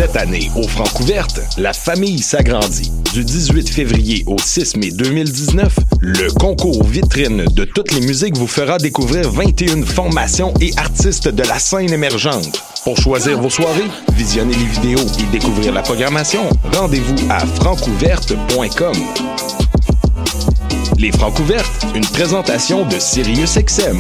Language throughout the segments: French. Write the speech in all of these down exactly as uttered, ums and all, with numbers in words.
Cette année, au Francouverte, la famille s'agrandit. Du dix-huit février au six mai deux mille dix-neuf, le concours vitrine de toutes les musiques vous fera découvrir vingt et une formations et artistes de la scène émergente. Pour choisir vos soirées, visionner les vidéos et découvrir la programmation, rendez-vous à francouverte point com. Les Francouvertes, une présentation de SiriusXM.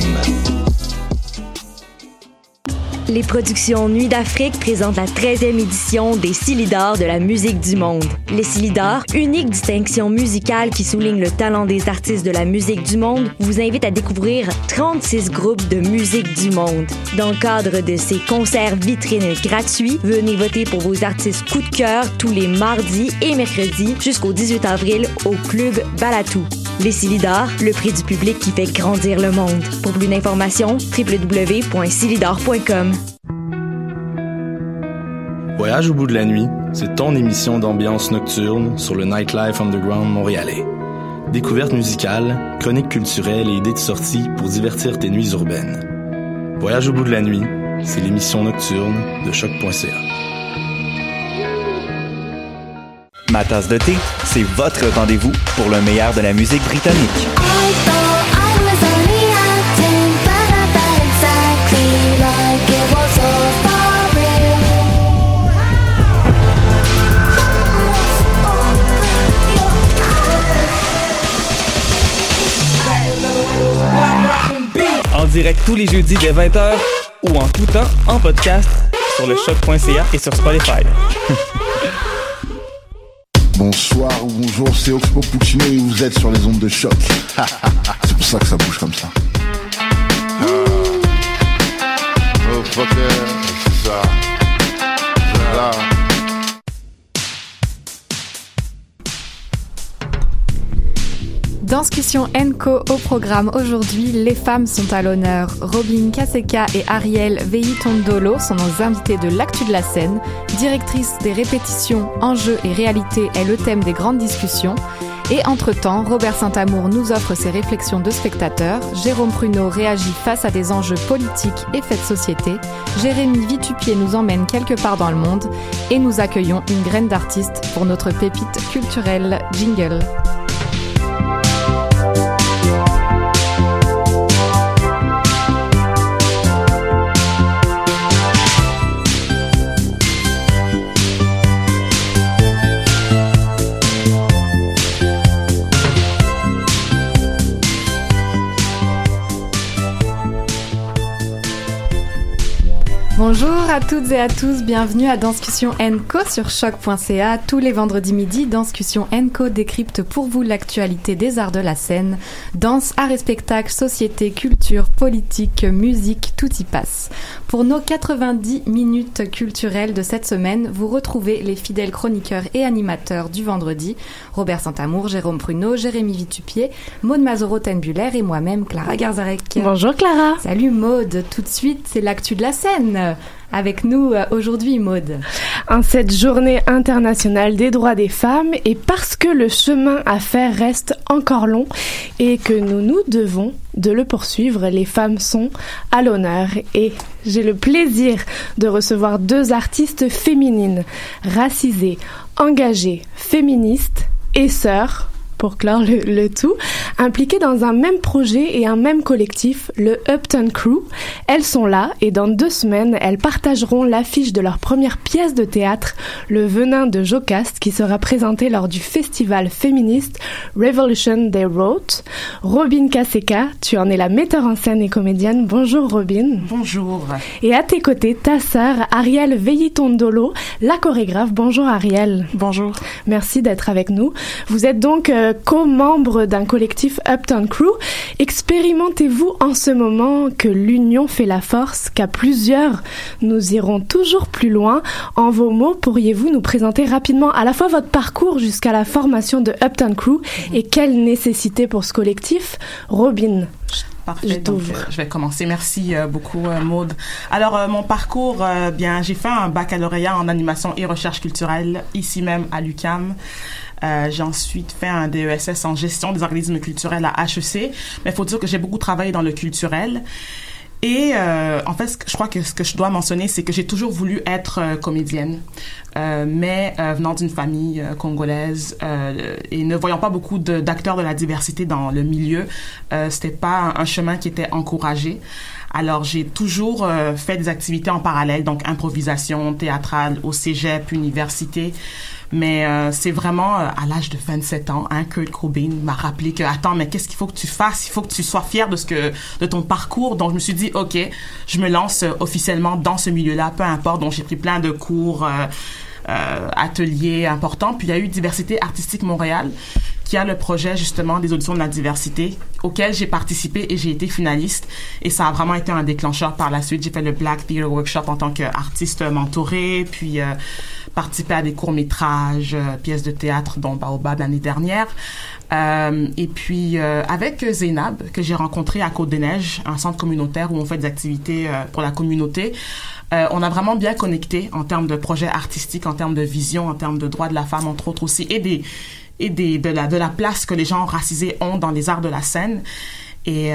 Les productions Nuit d'Afrique présentent la treizième édition des Silidor de la musique du monde. Les Silidor, unique distinction musicale qui souligne le talent des artistes de la musique du monde, vous invite à découvrir trente-six groupes de musique du monde. Dans le cadre de ces concerts vitrines gratuits, venez voter pour vos artistes coup de cœur tous les mardis et mercredis jusqu'au dix-huit avril au Club Balatou. Les Silidor, le prix du public qui fait grandir le monde. Pour plus d'informations, w w w point silidor point com. Voyage au bout de la nuit, c'est ton émission d'ambiance nocturne sur le Nightlife Underground montréalais. Découvertes musicales, chroniques culturelles et idées de sortie pour divertir tes nuits urbaines. Voyage au bout de la nuit, c'est l'émission nocturne de choc point c a. Ma tasse de thé, c'est votre rendez-vous pour le meilleur de la musique britannique. En direct tous les jeudis dès vingt heures ou en tout temps en podcast sur le choc point c a et sur Spotify. Bonsoir ou bonjour, c'est Oxpo Puccino et vous êtes sur les ondes de choc. C'est pour ça que ça bouge comme ça. Oh fucker, c'est ça. C'est là. Danscussion Enco au programme aujourd'hui, les femmes sont à l'honneur. Robin Kaseka et Ariel Veitondolo sont nos invités de l'actu de la scène. Directrice des répétitions, enjeux et réalité est le thème des grandes discussions. Et entre-temps, Robert Saint-Amour nous offre ses réflexions de spectateurs, Jérôme Pruneau réagit face à des enjeux politiques et faits de société, Jérémy Vitupier nous emmène quelque part dans le monde et nous accueillons une graine d'artiste pour notre pépite culturelle Jingle. Bonjour à toutes et à tous, bienvenue à Danscussion Enco sur choc point c a. Tous les vendredis midi, Danscussion Enco décrypte pour vous l'actualité des arts de la scène. Danse, arts et spectacles, société, culture, politique, musique, tout y passe. Pour nos quatre-vingt-dix minutes culturelles de cette semaine, vous retrouvez les fidèles chroniqueurs et animateurs du vendredi, Robert Saint-Amour, Jérôme Pruneau, Jérémy Vitupier, Maude Mazoro-Tenbuller et moi-même, Clara Garzarek. Bonjour Clara. Salut Maude, tout de suite, c'est l'actu de la scène. Avec nous euh, aujourd'hui, Maude. En cette journée internationale des droits des femmes, et parce que le chemin à faire reste encore long et que nous nous devons de le poursuivre, les femmes sont à l'honneur. Et j'ai le plaisir de recevoir deux artistes féminines, racisées, engagées, féministes et sœurs, pour clore le, le tout, impliquées dans un même projet et un même collectif, le Upton Crew. Elles sont là et dans deux semaines, elles partageront l'affiche de leur première pièce de théâtre, Le Venin de Jocaste, qui sera présentée lors du festival féministe Revolution They Wrote. Robin Kaseka, tu en es la metteur en scène et comédienne. Bonjour Robin. Bonjour. Et à tes côtés, ta sœur Ariel Veitondolo, la chorégraphe. Bonjour Ariel. Bonjour. Merci d'être avec nous. Vous êtes donc euh, co-membre d'un collectif Upton Crew. Expérimentez-vous en ce moment que l'union fait la force, qu'à plusieurs nous irons toujours plus loin? En vos mots, pourriez-vous nous présenter rapidement à la fois votre parcours jusqu'à la formation de Upton Crew mmh. et quelle nécessité pour ce collectif? Robin. Parfait, je donc euh, je vais commencer. Merci euh, beaucoup euh, Maude. Alors euh, mon parcours, euh, bien j'ai fait un baccalauréat en animation et recherche culturelle ici même à l'U Q A M. Euh, j'ai ensuite fait un D E S S en gestion des organismes culturels à H E C. Mais il faut dire que j'ai beaucoup travaillé dans le culturel. Et euh, en fait, je crois que ce que je dois mentionner, c'est que j'ai toujours voulu être euh, comédienne, euh, mais euh, venant d'une famille euh, congolaise euh, et ne voyant pas beaucoup de, d'acteurs de la diversité dans le milieu, euh, c'était pas un, un chemin qui était encouragé. Alors, j'ai toujours euh, fait des activités en parallèle, donc improvisation théâtrale au cégep, université. Mais euh, c'est vraiment euh, à l'âge de vingt-sept ans, hein, Kurt Cobain m'a rappelé que attends, mais qu'est-ce qu'il faut que tu fasses? Il faut que tu sois fier de ce que de ton parcours. Donc je me suis dit ok, je me lance euh, officiellement dans ce milieu-là, peu importe. Donc j'ai pris plein de cours, euh, euh, ateliers importants. Puis il y a eu Diversité Artistique Montréal, qui a le projet justement des auditions de la diversité, auquel j'ai participé et j'ai été finaliste. Et ça a vraiment été un déclencheur par la suite. J'ai fait le Black Theatre Workshop en tant qu'artiste mentoré, puis euh, participé à des courts-métrages, euh, pièces de théâtre, dont Baobab l'année dernière. Euh, et puis, euh, avec Zénab, que j'ai rencontré à Côte-des-Neiges, un centre communautaire où on fait des activités euh, pour la communauté, euh, on a vraiment bien connecté en termes de projets artistiques, en termes de vision, en termes de droits de la femme, entre autres aussi, et des et des, de, la, de la place que les gens racisés ont dans les arts de la scène. Et euh,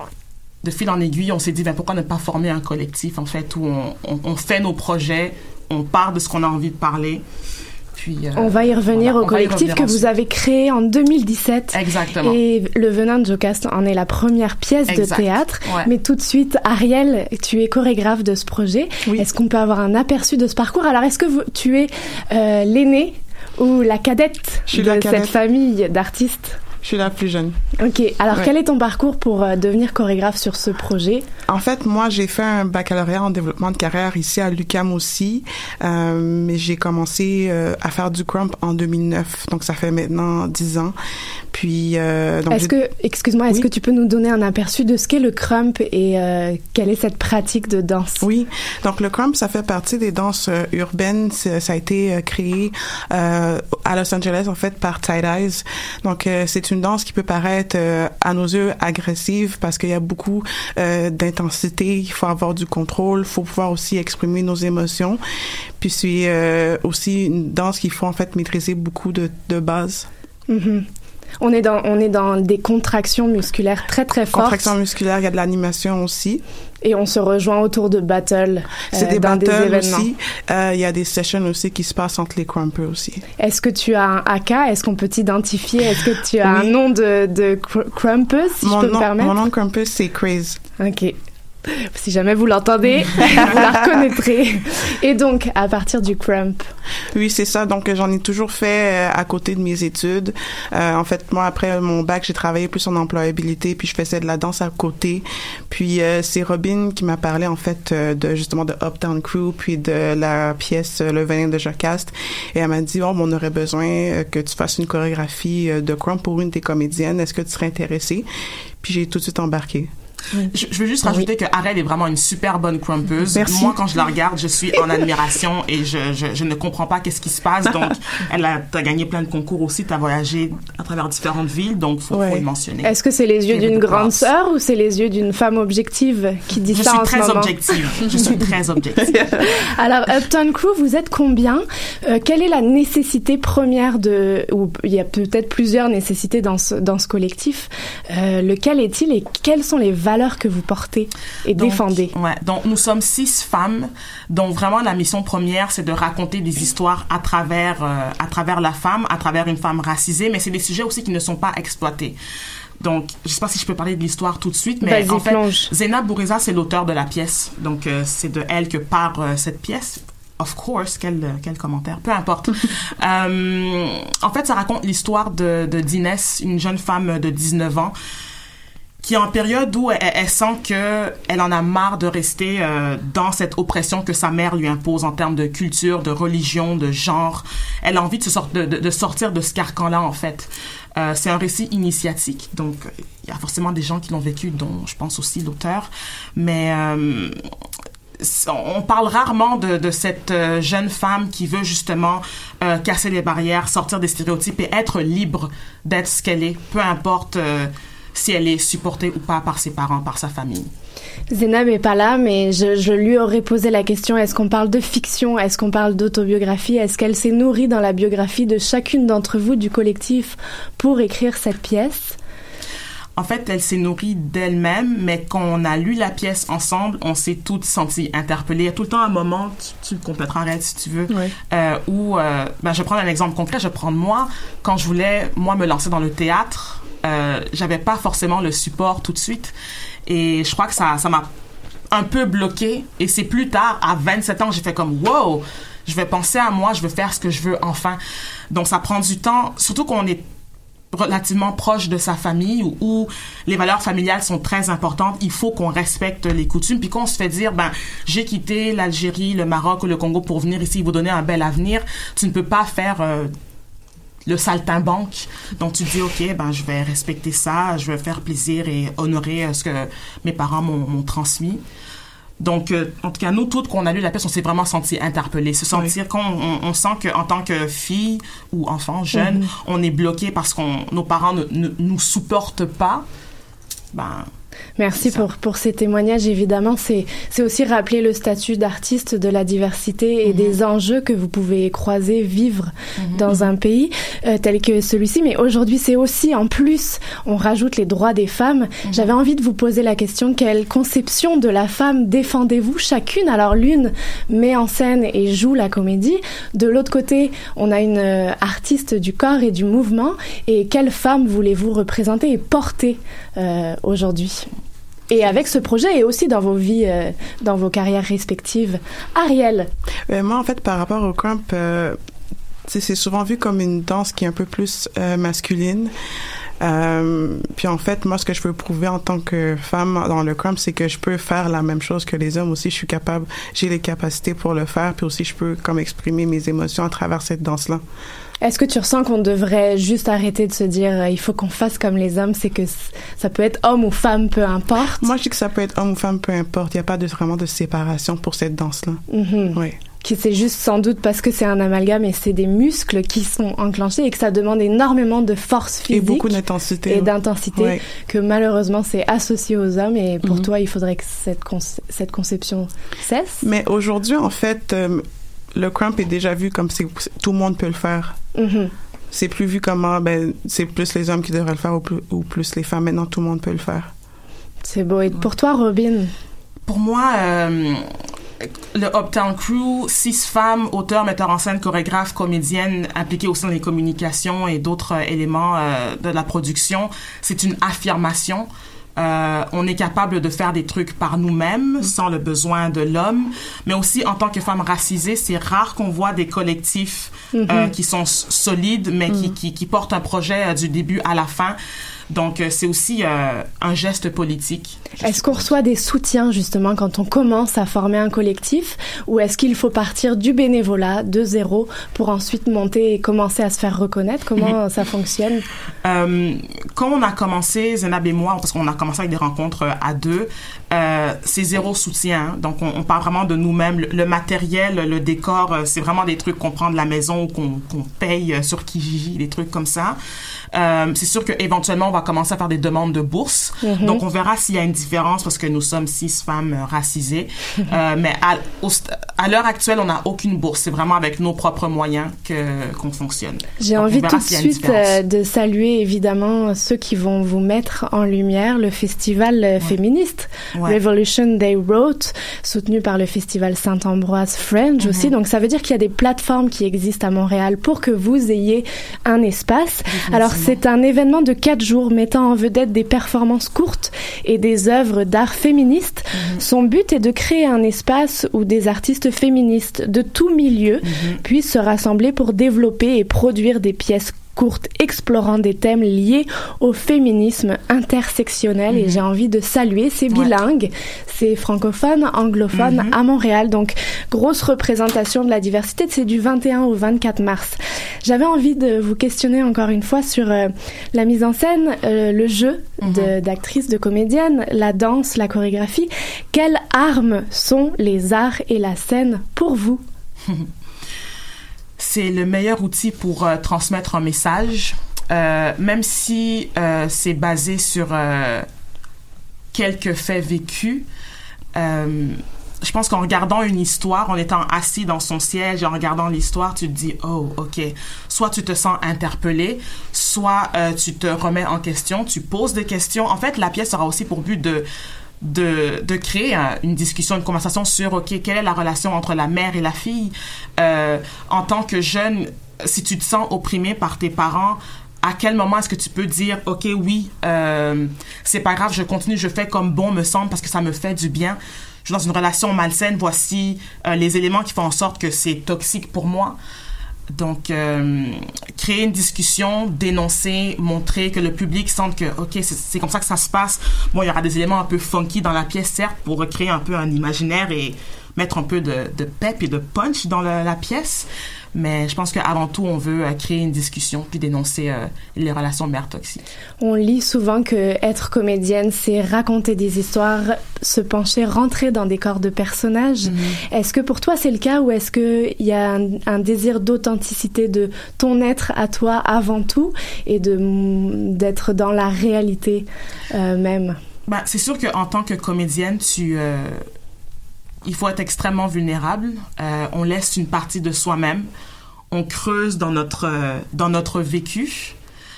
de fil en aiguille, on s'est dit, ben, pourquoi ne pas former un collectif, en fait, où on, on, on fait nos projets, on part de ce qu'on a envie de parler. Puis, euh, on va y revenir voilà, au collectif que ensuite. Vous avez créé en deux mille dix-sept. Exactement. Et Le Venin de Jocasta en est la première pièce exact. De théâtre. Ouais. Mais tout de suite, Ariel, tu es chorégraphe de ce projet. Oui. Est-ce qu'on peut avoir un aperçu de ce parcours? Alors, est-ce que vous, tu es euh, l'aînée ou la cadette de la cadette. Cette famille d'artistes? Je suis la plus jeune. Ok. Alors, ouais. Quel est ton parcours pour euh, devenir chorégraphe sur ce projet? En fait, moi, j'ai fait un baccalauréat en développement de carrière ici à l'U Q A M aussi, euh, mais j'ai commencé euh, à faire du crump en deux mille neuf, donc ça fait maintenant dix ans. Puis, euh, donc est-ce j'ai... que, excuse-moi, oui? Est-ce que tu peux nous donner un aperçu de ce qu'est le crump et euh, quelle est cette pratique de danse? Oui. Donc, le crump, ça fait partie des danses euh, urbaines. C'est, ça a été euh, créé euh, à Los Angeles, en fait, par Tight Eyes. Donc, euh, c'est une danse qui peut paraître euh, à nos yeux agressive parce qu'il y a beaucoup euh, d'intensité, il faut avoir du contrôle, il faut pouvoir aussi exprimer nos émotions. Puis c'est euh, aussi une danse qu'il faut en fait maîtriser beaucoup de, de bases. Mm-hmm. On est dans on est dans des contractions musculaires très très fortes. Contractions musculaires, il y a de l'animation aussi. Et on se rejoint autour de battles. C'est euh, des dans battles des événements. aussi. Euh, il y a des sessions aussi qui se passent entre les crumpers aussi. Est-ce que tu as un A K? Est-ce qu'on peut t'identifier? Est-ce que tu as oui. un nom de, de cr- crumpers, si mon je peux nom, me permettre? Mon nom de crumpers, c'est Craze. Ok. Si jamais vous l'entendez, vous la reconnaîtrez. Et donc, à partir du crump. Oui, c'est ça. Donc, j'en ai toujours fait euh, à côté de mes études. Euh, en fait, moi, après mon bac, j'ai travaillé plus en employabilité, puis je faisais de la danse à côté. Puis, euh, c'est Robin qui m'a parlé, en fait, euh, de justement de Uptown Crew, puis de la pièce euh, Le Venin de Jocasta. Et elle m'a dit, oh, on aurait besoin euh, que tu fasses une chorégraphie euh, de crump pour une des comédiennes. Est-ce que tu serais intéressée? Puis, j'ai tout de suite embarqué. Oui. Je, je veux juste rajouter oui. que Ariel est vraiment une super bonne crumpeuse. Merci. Moi, quand je la regarde, je suis en admiration et je, je, je ne comprends pas qu'est-ce qui se passe. Donc, elle a t'as gagné plein de concours aussi, t'as voyagé à travers différentes villes, donc faut, ouais. faut le mentionner. Est-ce que c'est les yeux d'une grande sœur ou c'est les yeux d'une femme objective qui dit je ça en ce moment? Je suis très objective. Je suis très objective. Alors, Uptown Crew, vous êtes combien? euh, Quelle est la nécessité première de... ou il y a peut-être plusieurs nécessités dans ce, dans ce collectif. Euh, lequel est-il et quelles sont les valeurs que vous portez et donc, défendez? Ouais, donc nous sommes six femmes dont vraiment la mission première c'est de raconter des histoires à travers euh, à travers la femme, à travers une femme racisée, mais c'est des sujets aussi qui ne sont pas exploités. Donc, je sais pas si je peux parler de l'histoire tout de suite, mais Vas-y, en fait, plonge. Zénab Boureza, c'est l'auteur de la pièce. Donc, euh, c'est de elle que part euh, cette pièce. Of course, quel, quel commentaire, peu importe. euh, en fait, ça raconte l'histoire de, de d'Inès, une jeune femme de dix-neuf ans, qui est en période où elle, elle sent que elle en a marre de rester euh, dans cette oppression que sa mère lui impose en termes de culture, de religion, de genre. Elle a envie de, se sort, de, de, de sortir de ce carcan-là, en fait. Euh, c'est un récit initiatique, donc il y a forcément des gens qui l'ont vécu, dont je pense aussi l'auteur. Mais euh, on parle rarement de, de cette jeune femme qui veut justement euh, casser les barrières, sortir des stéréotypes et être libre d'être ce qu'elle est, peu importe... Euh, si elle est supportée ou pas par ses parents, par sa famille. Zénab n'est pas là, mais je, je lui aurais posé la question, est-ce qu'on parle de fiction? Est-ce qu'on parle d'autobiographie? Est-ce qu'elle s'est nourrie dans la biographie de chacune d'entre vous du collectif pour écrire cette pièce? en fait, elle s'est nourrie d'elle-même, mais quand on a lu la pièce ensemble, on s'est toutes senties interpellées. Il y a tout le temps un moment, tu, tu le compléteras, Red, si tu veux, oui. euh, où, euh, ben, je vais prendre un exemple concret, je vais prendre moi, quand je voulais, moi, me lancer dans le théâtre, euh, j'avais pas forcément le support tout de suite, et je crois que ça, ça m'a un peu bloquée, et c'est plus tard, à vingt-sept ans, j'ai fait comme, wow, je vais penser à moi, je veux faire ce que je veux enfin. Donc, ça prend du temps, surtout qu'on est relativement proche de sa famille, où, où les valeurs familiales sont très importantes. Il faut qu'on respecte les coutumes. Puis qu'on se fait dire, ben, j'ai quitté l'Algérie, le Maroc ou le Congo pour venir ici, vous donner un bel avenir. Tu ne peux pas faire euh, le saltimbanque. Donc, tu dis, OK, ben, je vais respecter ça, je vais faire plaisir et honorer euh, ce que mes parents m'ont, m'ont transmis. Donc, euh, en tout cas, nous toutes, qu'on a lu la pièce, on s'est vraiment senti interpellés. Se sentir, oui. quand on, on sent qu'en tant que fille ou enfant, jeune, mm-hmm. on est bloqué parce que nos parents ne, ne nous supportent pas, ben... Merci pour, pour ces témoignages. Évidemment, c'est, c'est aussi rappeler le statut d'artiste, de la diversité et mmh. des enjeux que vous pouvez croiser, vivre mmh. dans un pays euh, tel que celui-ci. Mais aujourd'hui, c'est aussi, en plus, on rajoute les droits des femmes. Mmh. J'avais envie de vous poser la question, quelle conception de la femme défendez-vous chacune? Alors, l'une met en scène et joue la comédie. De l'autre côté, on a une euh, artiste du corps et du mouvement. Et quelle femme voulez-vous représenter et porter euh, aujourd'hui? Et avec ce projet et aussi dans vos vies, euh, dans vos carrières respectives. Ariel? Euh, moi, en fait, par rapport au crump, euh, c'est souvent vu comme une danse qui est un peu plus euh, masculine. Euh, puis en fait, moi, ce que je peux prouver en tant que femme dans le crump, c'est que je peux faire la même chose que les hommes aussi. Je suis capable, j'ai les capacités pour le faire. Puis aussi, je peux comme exprimer mes émotions à travers cette danse-là. Est-ce que tu ressens qu'on devrait juste arrêter de se dire euh, il faut qu'on fasse comme les hommes, c'est que c- ça peut être homme ou femme, peu importe? Moi, je dis que ça peut être homme ou femme, peu importe. Il n'y a pas de, vraiment de séparation pour cette danse-là. Mm-hmm. Oui. Qui c'est juste sans doute parce que c'est un amalgame et c'est des muscles qui sont enclenchés et que ça demande énormément de force physique. Et beaucoup d'intensité. Et d'intensité oui. que malheureusement c'est associé aux hommes et pour mm-hmm. toi, il faudrait que cette, conce- cette conception cesse. Mais aujourd'hui, en fait... Euh, le crump est déjà vu comme c'est, tout le monde peut le faire. Mm-hmm. C'est plus vu comme ah, ben c'est plus les hommes qui devraient le faire ou plus, ou plus les femmes. Maintenant, tout le monde peut le faire. C'est beau. Et pour toi, Robin? Pour moi, euh, le Uptown Crew, six femmes, auteurs, metteurs en scène, chorégraphes, comédiennes, impliquées aussi dans les communications et d'autres euh, éléments euh, de la production, c'est une affirmation. Euh, on est capable de faire des trucs par nous-mêmes, sans le besoin de l'homme. Mais aussi, en tant que femme racisée, c'est rare qu'on voit des collectifs mm-hmm. euh, qui sont s- solides, mais mm. qui, qui, qui portent un projet euh, du début à la fin. Donc, euh, c'est aussi euh, un geste politique. Est-ce qu'on reçoit des soutiens, justement, quand on commence à former un collectif? Ou est-ce qu'il faut partir du bénévolat, de zéro, pour ensuite monter et commencer à se faire reconnaître? Comment mm-hmm. ça fonctionne? Euh, quand on a commencé, Zénab et moi, parce qu'on a commencé avec des rencontres euh, à deux, euh, c'est zéro soutien. Donc, on, on parle vraiment de nous-mêmes. Le, le matériel, le décor, euh, c'est vraiment des trucs qu'on prend de la maison ou qu'on, qu'on paye euh, sur Kijiji, des trucs comme ça. Euh, c'est sûr qu'éventuellement, on va commencer à faire des demandes de bourse. Mm-hmm. Donc, on verra s'il y a une différence parce que nous sommes six femmes euh, racisées. Mm-hmm. Euh, mais à, au, à l'heure actuelle, on n'a aucune bourse. C'est vraiment avec nos propres moyens que, qu'on fonctionne. J'ai Donc, envie tout de suite euh, de saluer évidemment ceux qui vont vous mettre en lumière, le festival ouais. féministe ouais. Revolution Day Road, soutenu par le festival Saint-Ambroise Fringe mm-hmm. aussi. Donc, ça veut dire qu'il y a des plateformes qui existent à Montréal pour que vous ayez un espace. Alors, c'est un événement de quatre jours mettant en vedette des performances courtes et des œuvres d'art féministes. Mm-hmm. Son but est de créer un espace où des artistes féministes de tout milieu mm-hmm. puissent se rassembler pour développer et produire des pièces courte explorant des thèmes liés au féminisme intersectionnel mmh. et j'ai envie de saluer, c'est bilingue, ouais. c'est francophone, anglophone mmh. à Montréal, donc grosse représentation de la diversité, c'est du vingt et un au vingt-quatre mars. J'avais envie de vous questionner encore une fois sur euh, la mise en scène, euh, le jeu mmh. de, d'actrice, de comédienne, la danse, la chorégraphie. Quelles armes sont les arts et la scène pour vous? C'est le meilleur outil pour euh, transmettre un message, euh, même si euh, c'est basé sur euh, quelques faits vécus. Euh, je pense qu'en regardant une histoire, en étant assis dans son siège et en regardant l'histoire, tu te dis, oh, OK. Soit tu te sens interpellé, soit euh, tu te remets en question, tu poses des questions. En fait, la pièce aura aussi pour but de de de créer un, une discussion, une conversation sur, OK, quelle est la relation entre la mère et la fille? Euh, en tant que jeune, si tu te sens opprimé par tes parents, à quel moment est-ce que tu peux dire, OK, oui, euh, c'est pas grave, je continue, je fais comme bon me semble parce que ça me fait du bien. Je suis dans une relation malsaine, voici euh, les éléments qui font en sorte que c'est toxique pour moi. Donc, euh, créer une discussion, dénoncer, montrer que le public sente que, OK, c'est, c'est comme ça que ça se passe. Bon, il y aura des éléments un peu funky dans la pièce, certes, pour recréer un peu un imaginaire et mettre un peu de, de pep et de punch dans le, la pièce. Mais je pense qu'avant tout, on veut euh, créer une discussion puis dénoncer euh, les relations mères toxiques. On lit souvent que être comédienne, c'est raconter des histoires, se pencher, rentrer dans des corps de personnages. Mm-hmm. Est-ce que pour toi, c'est le cas ou est-ce qu'il y a un, un désir d'authenticité de ton être à toi avant tout et de, d'être dans la réalité euh, même? Ben, c'est sûr qu'en tant que comédienne, tu... Euh, il faut être extrêmement vulnérable. Euh, on laisse une partie de soi-même. On creuse dans notre, euh, dans notre vécu.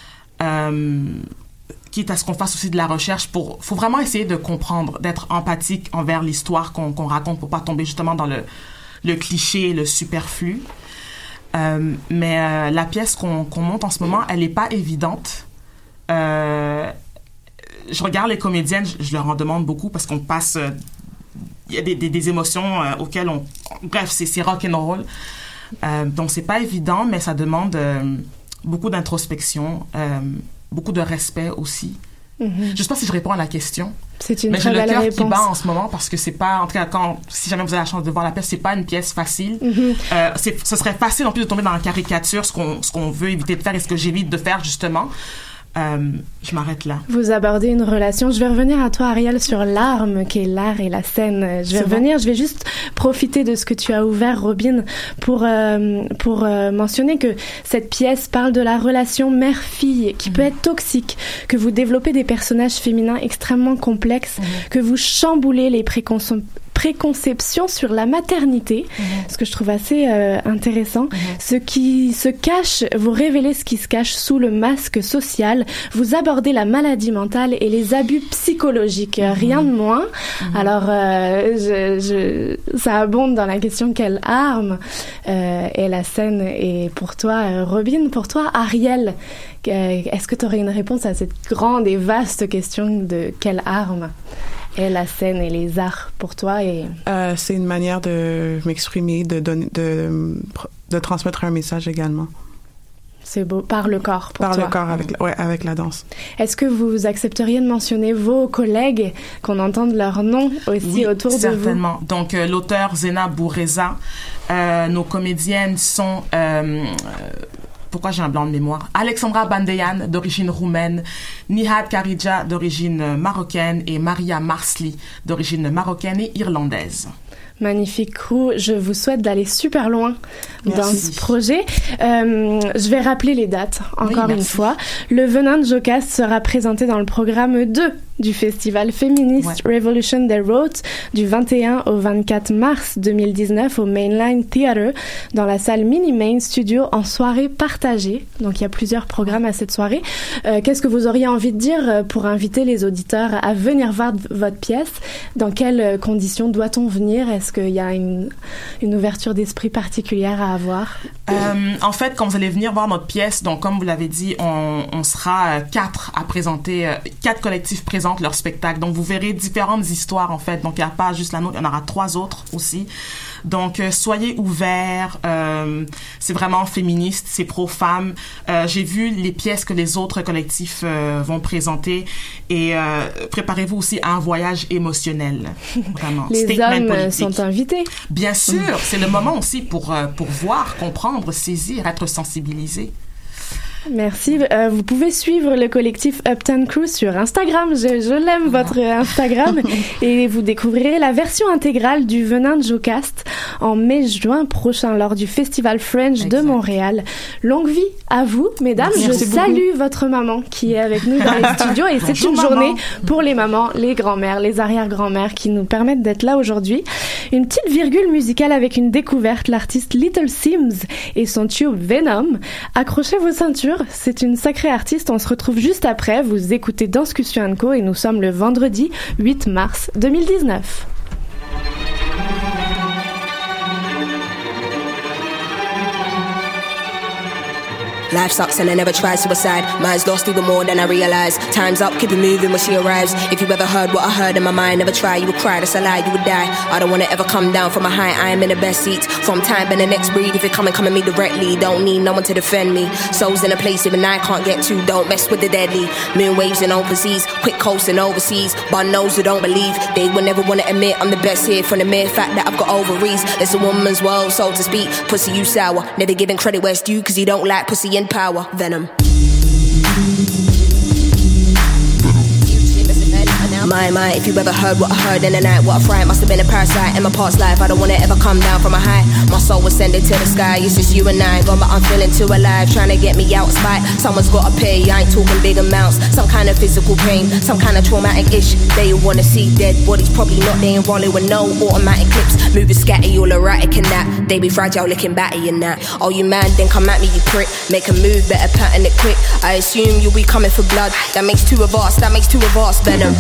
Euh, quitte à ce qu'on fasse aussi de la recherche pour... Il faut vraiment essayer de comprendre, d'être empathique envers l'histoire qu'on, qu'on raconte pour pas tomber justement dans le, le cliché, le superflu. Euh, mais euh, la pièce qu'on, qu'on monte en ce moment, elle n'est pas évidente. Euh, je regarde les comédiennes, je, je leur en demande beaucoup parce qu'on passe... Euh, il y a des, des, des émotions euh, auxquelles on... Bref, c'est, c'est rock'n'roll. Euh, donc, c'est pas évident, mais ça demande euh, beaucoup d'introspection, euh, beaucoup de respect aussi. Mm-hmm. Je sais pas si je réponds à la question. C'est une mais très j'ai belle le cœur réponse. qui bat en ce moment parce que c'est pas... En tout cas, quand, si jamais vous avez la chance de voir la pièce, c'est pas une pièce facile. Mm-hmm. Euh, c'est, ce serait facile en plus de tomber dans la caricature, ce qu'on, ce qu'on veut éviter de faire et ce que j'évite de faire, justement. Euh, je m'arrête là. Vous abordez une relation. Je vais revenir à toi, Ariel, sur l'arme qui est l'art et la scène. Je vais C'est revenir. Bon. Je vais juste profiter de ce que tu as ouvert, Robin, pour euh, pour euh, mentionner que cette pièce parle de la relation mère-fille qui mmh. peut être toxique, que vous développez des personnages féminins extrêmement complexes, mmh. que vous chamboulez les préconceptions préconception sur la maternité, mmh. ce que je trouve assez euh, intéressant. Mmh. Ce qui se cache, vous révélez ce qui se cache sous le masque social, vous abordez la maladie mentale et les abus psychologiques, mmh. rien de moins. Mmh. Alors, euh, je, je, ça abonde dans la question quelle arme euh, est la scène. Et pour toi, euh, Robin, pour toi, Ariel, euh, est-ce que tu aurais une réponse à cette grande et vaste question de quelle arme est la scène et les arts pour toi? Et... Euh, c'est une manière de m'exprimer, de, donner, de, de transmettre un message également. C'est beau. Par le corps, pour Par toi. le corps, avec, ouais, avec la danse. Est-ce que vous accepteriez de mentionner vos collègues, qu'on entende leur nom aussi oui, autour de vous? Certainement. Donc, euh, l'auteur Zena Bourreza, euh, nos comédiennes sont... Euh, Pourquoi j'ai un blanc de mémoire? Alexandra Bandeyan, d'origine roumaine, Nihad Karidja, d'origine marocaine, et Maria Marsli, d'origine marocaine et irlandaise. Magnifique crew. Je vous souhaite d'aller super loin merci. Dans ce projet. Euh, je vais rappeler les dates, encore oui, une fois. Le Venin de Jocaste sera présenté dans le programme deux du festival féministe ouais. Revolution des Roads du vingt et un au vingt-quatre mars deux mille dix-neuf au Mainline Theatre dans la salle Mini Main Studio en soirée partagée. Donc il y a plusieurs programmes à cette soirée. Euh, qu'est-ce que vous auriez envie de dire pour inviter les auditeurs à venir voir votre pièce? Dans quelles conditions doit-on venir? Est-ce qu'il y a une, une ouverture d'esprit particulière à avoir? Euh, en fait, quand vous allez venir voir notre pièce, donc comme vous l'avez dit, on, on sera euh, quatre à présenter, euh, quatre collectifs présentent leur spectacle. Donc vous verrez différentes histoires en fait. Donc il n'y a pas juste la nôtre, il y en aura trois autres aussi. Donc euh, soyez ouverts. Euh, c'est vraiment féministe, c'est pro-femme. Euh, j'ai vu les pièces que les autres collectifs euh, vont présenter et euh, préparez-vous aussi à un voyage émotionnel. Vraiment. Les Statement hommes politique. Sont invités. Bien sûr, c'est le moment aussi pour euh, pour voir, comprendre, saisir, être sensibilisé. Merci. Euh, vous pouvez suivre le collectif Uptown Crew sur Instagram. Je, je l'aime, votre Instagram. Et vous découvrirez la version intégrale du Venin de Jocaste en mai-juin prochain lors du Festival Fringe exact. De Montréal. Longue vie à vous, mesdames. Merci je salue beaucoup. Votre maman qui est avec nous dans les studios. Et c'est une maman. Journée pour les mamans, les grand-mères, les arrière-grand-mères qui nous permettent d'être là aujourd'hui. Une petite virgule musicale avec une découverte, l'artiste Little Sims et son tube Venom. Accrochez vos ceintures, c'est une sacrée artiste, on se retrouve juste après, vous écoutez Danscussion and Co et nous sommes le vendredi huit mars deux mille dix-neuf. Life sucks and I never tried suicide. Mine's lost even more than I realized. Time's up, keep it moving when she arrives. If you ever heard what I heard in my mind, never try, you would cry, that's a lie, you would die. I don't wanna ever come down from a high, I am in the best seat. From time and the next breed, if you come and come at me directly, don't need no one to defend me. Souls in a place even I can't get to, don't mess with the deadly. Moon waves in overseas, quick coasting overseas. Bun knows who don't believe, they will never wanna admit I'm the best here from the mere fact that I've got ovaries. It's a woman's world, so to speak. Pussy, you sour, never giving credit where it's due, cause you don't like pussy in power. Venom. My, my, if you ever heard what I heard in the night, what a fright, must have been a parasite in my past life. I don't wanna ever come down from a high. My soul was sending to the sky, it's just you and I. Got my I'm feeling too alive, trying to get me out of spite. Someone's gotta pay, I ain't talking big amounts. Some kind of physical pain, some kind of traumatic ish. They all wanna see dead bodies, probably not, they ain't rolling with no automatic clips. Moving scatty, all erratic and that. They be fragile, looking batty and that. Oh, you man, then come at me, you prick. Make a move, better pattern it quick. I assume you'll be coming for blood. That makes two of us, that makes two of us, Venom.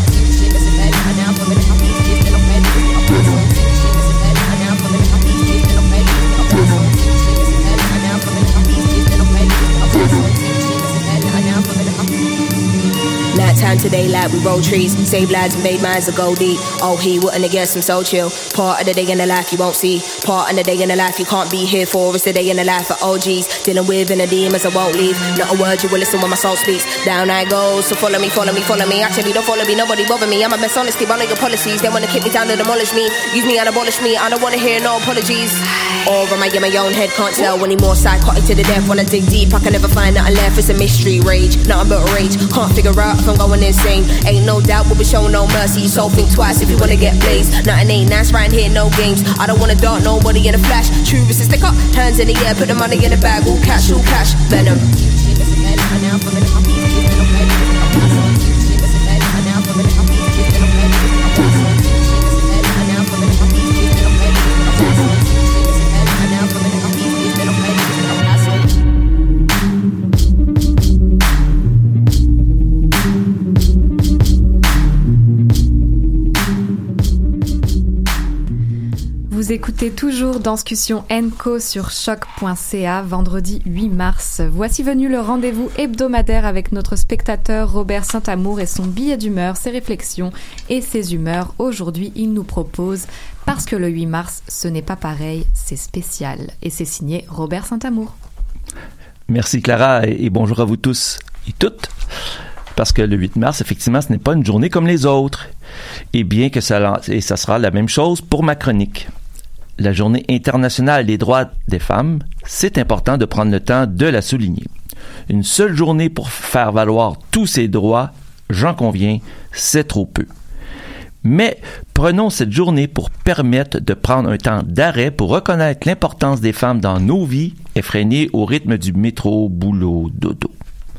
Night time to daylight, we roll trees, save lives, invade minds, and go deep. Oh, he wouldn't have guessed I'm so chill. Part of the day in the life you won't see. Part of the day in the life you can't be here for. It's the day in the life of O Gs. Dealing with inner demons, I won't leave. Not a word you will listen when my soul speaks. Down I go, so follow me, follow me, follow me. Actually, don't follow me, nobody bother me. I'm a best honesty, but I know your policies. They wanna kick me down and demolish me. Use me and abolish me, I don't wanna hear no apologies. Or am I in my own head, can't tell. Any more psychotic to the death. When I dig deep, I can never find nothing left. It's a mystery, rage, nothing but rage. Can't figure out if I'm going insane. Ain't no doubt we'll be showing no mercy. So think twice if you wanna get blazed. Nothing ain't nice right here, no games. I don't wanna dart nobody in a flash. True, it's a stick up, hands in the air, put the money in the bag. All cash, all cash, Venom. Vous écoutez toujours Danscussion and Co sur choc point c a, vendredi huit mars. Voici venu le rendez-vous hebdomadaire avec notre spectateur Robert Saint-Amour et son billet d'humeur, ses réflexions et ses humeurs. Aujourd'hui, il nous propose « Parce que le huit mars, ce n'est pas pareil, c'est spécial ». Et c'est signé Robert Saint-Amour. Merci Clara et bonjour à vous tous et toutes. Parce que le huit mars, effectivement, ce n'est pas une journée comme les autres. Et bien que ça, et ça sera la même chose pour ma chronique. La Journée internationale des droits des femmes, c'est important de prendre le temps de la souligner. Une seule journée pour faire valoir tous ces droits, j'en conviens, c'est trop peu. Mais prenons cette journée pour permettre de prendre un temps d'arrêt pour reconnaître l'importance des femmes dans nos vies, effrénées au rythme du métro, boulot, dodo.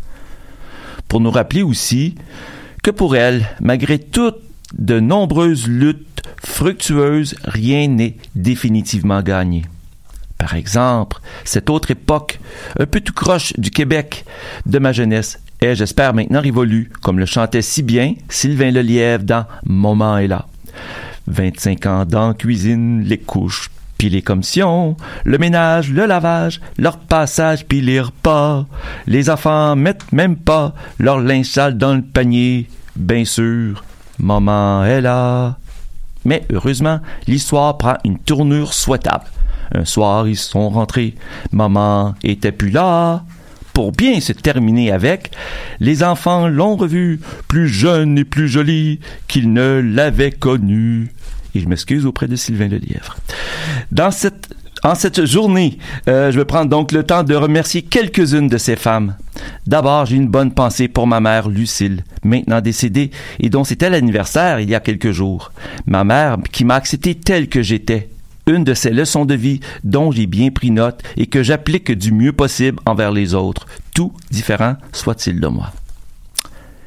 Pour nous rappeler aussi que pour elles, malgré toutes de nombreuses luttes fructueuses, rien n'est définitivement gagné. Par exemple, cette autre époque, un peu tout croche du Québec de ma jeunesse, est, j'espère, maintenant révolue, comme le chantait si bien Sylvain Lelièvre dans « Moment est là ». vingt-cinq ans dans la cuisine, les couches, puis les commissions, le ménage, le lavage, leur passage, puis les repas. Les enfants mettent même pas leur linge sale dans le panier. Bien sûr, maman est là. Mais heureusement, l'histoire prend une tournure souhaitable. Un soir, ils sont rentrés. Maman était plus là. Pour bien se terminer avec, les enfants l'ont revue, plus jeune et plus jolie qu'ils ne l'avaient connue. Et je m'excuse auprès de Sylvain Lelièvre. Dans cette, en cette journée, euh, je vais prendre donc le temps de remercier quelques-unes de ces femmes. D'abord, j'ai une bonne pensée pour ma mère Lucille, maintenant décédée, et dont c'était l'anniversaire il y a quelques jours. Ma mère qui m'a accepté telle que j'étais. Une de ces leçons de vie dont j'ai bien pris note et que j'applique du mieux possible envers les autres, tout différent soit-il de moi.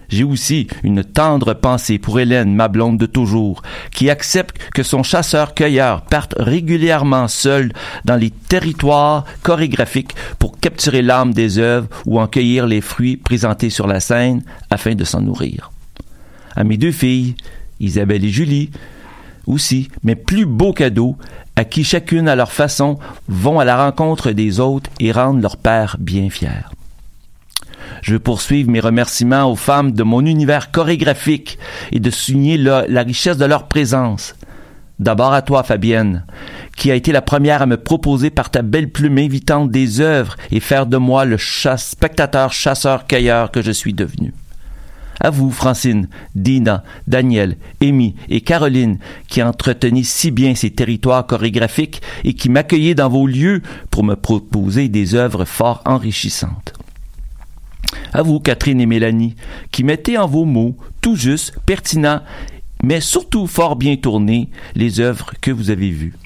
J'ai aussi une tendre pensée pour Hélène, ma blonde de toujours, qui accepte que son chasseur-cueilleur parte régulièrement seul dans les territoires chorégraphiques pour capturer l'âme des œuvres ou en cueillir les fruits présentés sur la scène afin de s'en nourrir. À mes deux filles, Isabelle et Julie, aussi, mes plus beaux cadeaux, à qui chacune à leur façon vont à la rencontre des autres et rendent leur père bien fier. Je veux poursuivre mes remerciements aux femmes de mon univers chorégraphique et de souligner la, la richesse de leur présence. D'abord à toi, Fabienne, qui a été la première à me proposer par ta belle plume invitante des œuvres et faire de moi le chasse, spectateur chasseur-cueilleur que je suis devenu. À vous, Francine, Dina, Daniel, Amy et Caroline, qui entretenez si bien ces territoires chorégraphiques et qui m'accueillez dans vos lieux pour me proposer des œuvres fort enrichissantes. À vous, Catherine et Mélanie, qui mettez en vos mots, tout juste, pertinents, mais surtout fort bien tournés, les œuvres que vous avez vues.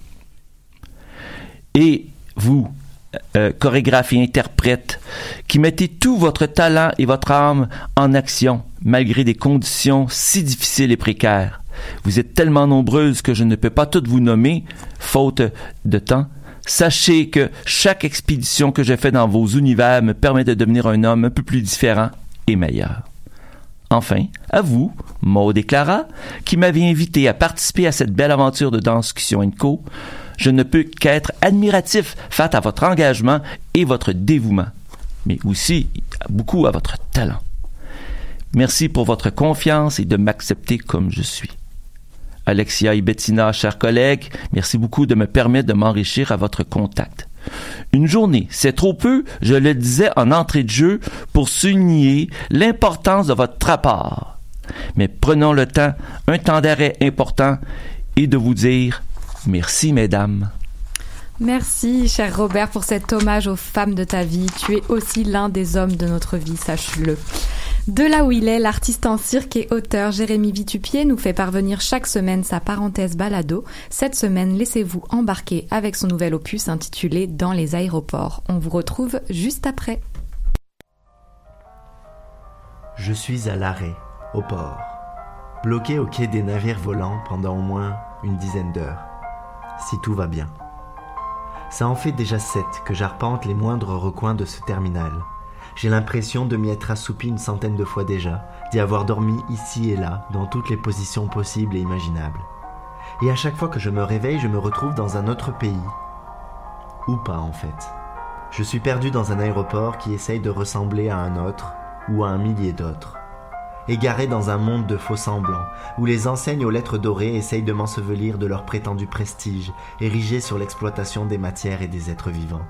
Et vous, euh, chorégraphes et interprètes, qui mettez tout votre talent et votre âme en action, malgré des conditions si difficiles et précaires. Vous êtes tellement nombreuses que je ne peux pas toutes vous nommer, faute de temps. Sachez que chaque expédition que j'ai faite dans vos univers me permet de devenir un homme un peu plus différent et meilleur. Enfin, à vous, Maud et Clara, qui m'avez invité à participer à cette belle aventure de Danscussion and Co, je ne peux qu'être admiratif face à votre engagement et votre dévouement, mais aussi beaucoup à votre talent. Merci pour votre confiance et de m'accepter comme je suis. Alexia et Bettina, chers collègues, merci beaucoup de me permettre de m'enrichir à votre contact. Une journée, c'est trop peu, je le disais en entrée de jeu, pour souligner l'importance de votre apport. Mais prenons le temps, un temps d'arrêt important, et de vous dire merci, mesdames. Merci, cher Robert, pour cet hommage aux femmes de ta vie. Tu es aussi l'un des hommes de notre vie, sache-le. De là où il est, l'artiste en cirque et auteur Jérémy Vitupier nous fait parvenir chaque semaine sa parenthèse balado. Cette semaine, laissez-vous embarquer avec son nouvel opus intitulé « Dans les aéroports ». On vous retrouve juste après. Je suis à l'arrêt, au port, bloqué au quai des navires volants pendant au moins une dizaine d'heures, si tout va bien. Ça en fait déjà sept que j'arpente les moindres recoins de ce terminal. J'ai l'impression de m'y être assoupi une centaine de fois déjà, d'y avoir dormi ici et là, dans toutes les positions possibles et imaginables. Et à chaque fois que je me réveille, je me retrouve dans un autre pays. Ou pas en fait. Je suis perdu dans un aéroport qui essaye de ressembler à un autre, ou à un millier d'autres. Égaré dans un monde de faux semblants, où les enseignes aux lettres dorées essayent de m'ensevelir de leur prétendu prestige, érigé sur l'exploitation des matières et des êtres vivants.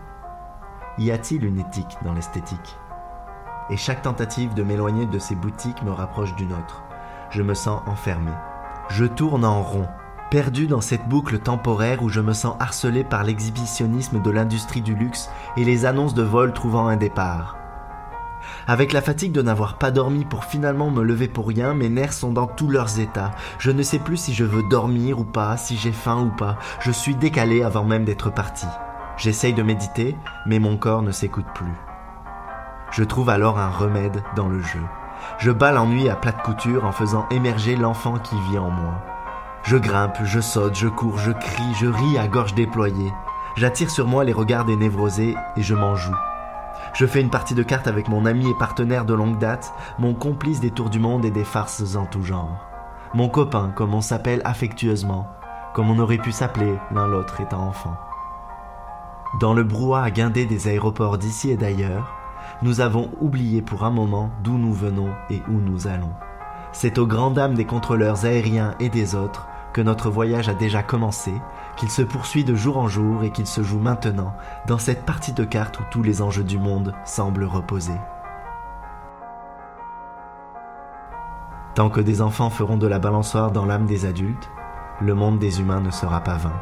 Y a-t-il une éthique dans l'esthétique ? Et chaque tentative de m'éloigner de ces boutiques me rapproche d'une autre. Je me sens enfermé. Je tourne en rond, perdu dans cette boucle temporaire où je me sens harcelé par l'exhibitionnisme de l'industrie du luxe et les annonces de vol trouvant un départ. Avec la fatigue de n'avoir pas dormi pour finalement me lever pour rien, mes nerfs sont dans tous leurs états. Je ne sais plus si je veux dormir ou pas, si j'ai faim ou pas. Je suis décalé avant même d'être parti. J'essaye de méditer, mais mon corps ne s'écoute plus. Je trouve alors un remède dans le jeu. Je bats l'ennui à plate couture en faisant émerger l'enfant qui vit en moi. Je grimpe, je saute, je cours, je crie, je ris à gorge déployée. J'attire sur moi les regards des névrosés et je m'en joue. Je fais une partie de cartes avec mon ami et partenaire de longue date, mon complice des tours du monde et des farces en tout genre. Mon copain, comme on s'appelle affectueusement, comme on aurait pu s'appeler l'un l'autre étant enfant. Dans le brouhaha guindé des aéroports d'ici et d'ailleurs, nous avons oublié pour un moment d'où nous venons et où nous allons. C'est aux grandes dames des contrôleurs aériens et des autres que notre voyage a déjà commencé, qu'il se poursuit de jour en jour et qu'il se joue maintenant dans cette partie de cartes où tous les enjeux du monde semblent reposer. Tant que des enfants feront de la balançoire dans l'âme des adultes, le monde des humains ne sera pas vain.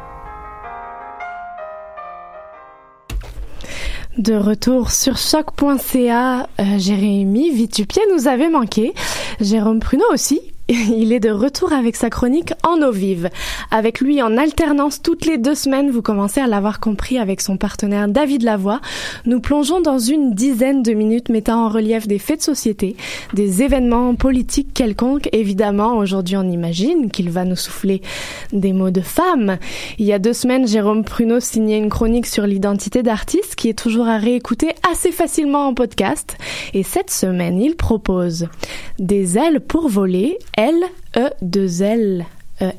De retour sur choc point c a, euh, Jérémy Vitupier nous avait manqué. Jérôme Pruneau aussi, il est de retour avec sa chronique En eau vive. Avec lui en alternance toutes les deux semaines, vous commencez à l'avoir compris avec son partenaire David Lavoie. Nous plongeons dans une dizaine de minutes mettant en relief des faits de société, des événements politiques quelconques. Évidemment, aujourd'hui on imagine qu'il va nous souffler des mots de femme. Il y a deux semaines, Jérôme Pruneau signait une chronique sur l'identité d'artiste qui est toujours à réécouter assez facilement en podcast. Et cette semaine, il propose Des ailes pour voler, L E deux L E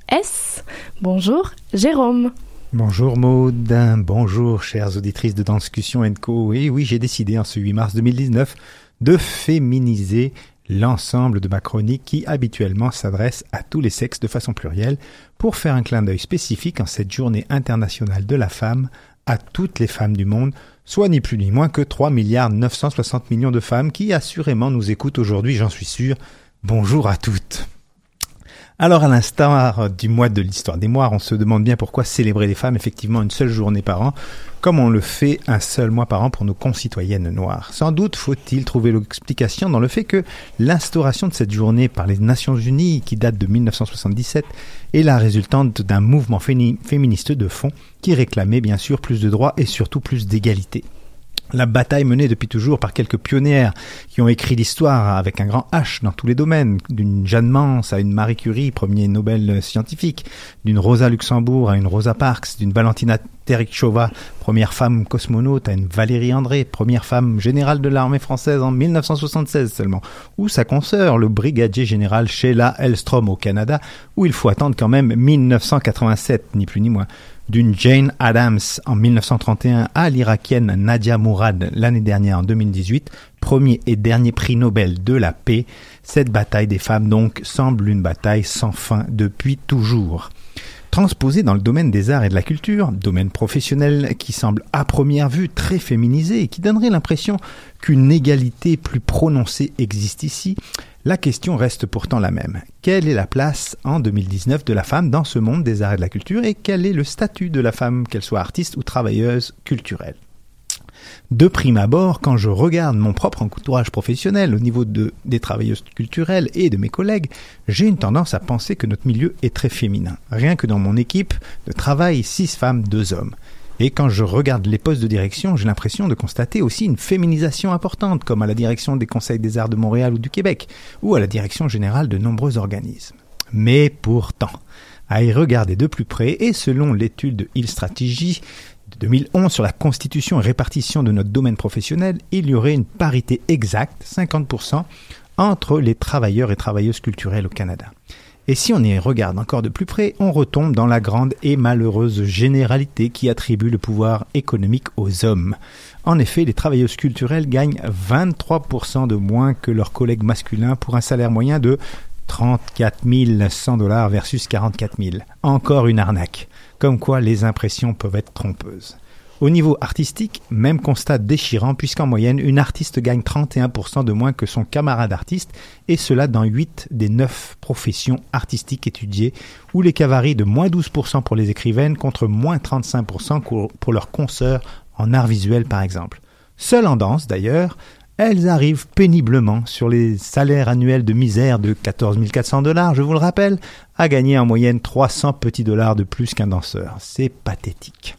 S. Bonjour Jérôme. Bonjour Maud, bonjour chères auditrices de Danscussion and Co. Et oui, j'ai décidé en ce huit mars deux mille dix-neuf de féminiser l'ensemble de ma chronique qui habituellement s'adresse à tous les sexes de façon plurielle pour faire un clin d'œil spécifique en cette journée internationale de la femme à toutes les femmes du monde, soit ni plus ni moins que trois milliards neuf cent soixante millions de femmes qui assurément nous écoutent aujourd'hui, j'en suis sûr. Bonjour à toutes. Alors à l'instar du mois de l'histoire des Moires, on se demande bien pourquoi célébrer les femmes effectivement une seule journée par an, comme on le fait un seul mois par an pour nos concitoyennes noires. Sans doute faut-il trouver l'explication dans le fait que l'instauration de cette journée par les Nations Unies, qui date de mille neuf cent soixante-dix-sept, est la résultante d'un mouvement féministe de fond qui réclamait bien sûr plus de droits et surtout plus d'égalité. La bataille menée depuis toujours par quelques pionnières qui ont écrit l'histoire avec un grand H dans tous les domaines, d'une Jeanne Mance à une Marie Curie, premier Nobel scientifique, d'une Rosa Luxembourg à une Rosa Parks, d'une Valentina Tereshkova, première femme cosmonaute, à une Valérie André, première femme générale de l'armée française en mille neuf cent soixante-seize seulement, ou sa consoeur, le brigadier général Sheila Hellstrom au Canada, où il faut attendre quand même mille neuf cent quatre-vingt-sept, ni plus ni moins. D'une Jane Addams en mille neuf cent trente et un à l'Irakienne Nadia Mourad l'année dernière en deux mille dix-huit, premier et dernier prix Nobel de la paix. Cette bataille des femmes donc semble une bataille sans fin depuis toujours. Transposée dans le domaine des arts et de la culture, domaine professionnel qui semble à première vue très féminisé et qui donnerait l'impression qu'une égalité plus prononcée existe ici, la question reste pourtant la même. Quelle est la place en deux mille dix-neuf de la femme dans ce monde des arts et de la culture et quel est le statut de la femme, qu'elle soit artiste ou travailleuse culturelle ? De prime abord, quand je regarde mon propre entourage professionnel au niveau de, des travailleuses culturelles et de mes collègues, j'ai une tendance à penser que notre milieu est très féminin. Rien que dans mon équipe de travail, six femmes, deux hommes. Et quand je regarde les postes de direction, j'ai l'impression de constater aussi une féminisation importante, comme à la direction des Conseils des Arts de Montréal ou du Québec, ou à la direction générale de nombreux organismes. Mais pourtant, à y regarder de plus près, et selon l'étude de Hill Strategy de deux mille onze sur la constitution et répartition de notre domaine professionnel, il y aurait une parité exacte, cinquante pour cent, entre les travailleurs et travailleuses culturelles au Canada. Et si on y regarde encore de plus près, on retombe dans la grande et malheureuse généralité qui attribue le pouvoir économique aux hommes. En effet, les travailleuses culturelles gagnent vingt-trois pour cent de moins que leurs collègues masculins pour un salaire moyen de trente-quatre mille cent dollars versus quarante-quatre mille. Encore une arnaque. Comme quoi les impressions peuvent être trompeuses. Au niveau artistique, même constat déchirant puisqu'en moyenne, une artiste gagne trente et un pour cent de moins que son camarade artiste, et cela dans huit des neuf professions artistiques étudiées, où les cas varient de moins douze pour cent pour les écrivaines contre moins trente-cinq pour cent pour leurs consoeurs en art visuel par exemple. Seules en danse d'ailleurs, elles arrivent péniblement sur les salaires annuels de misère de quatorze mille quatre cents dollars, je vous le rappelle, à gagner en moyenne trois cents petits dollars de plus qu'un danseur. C'est pathétique.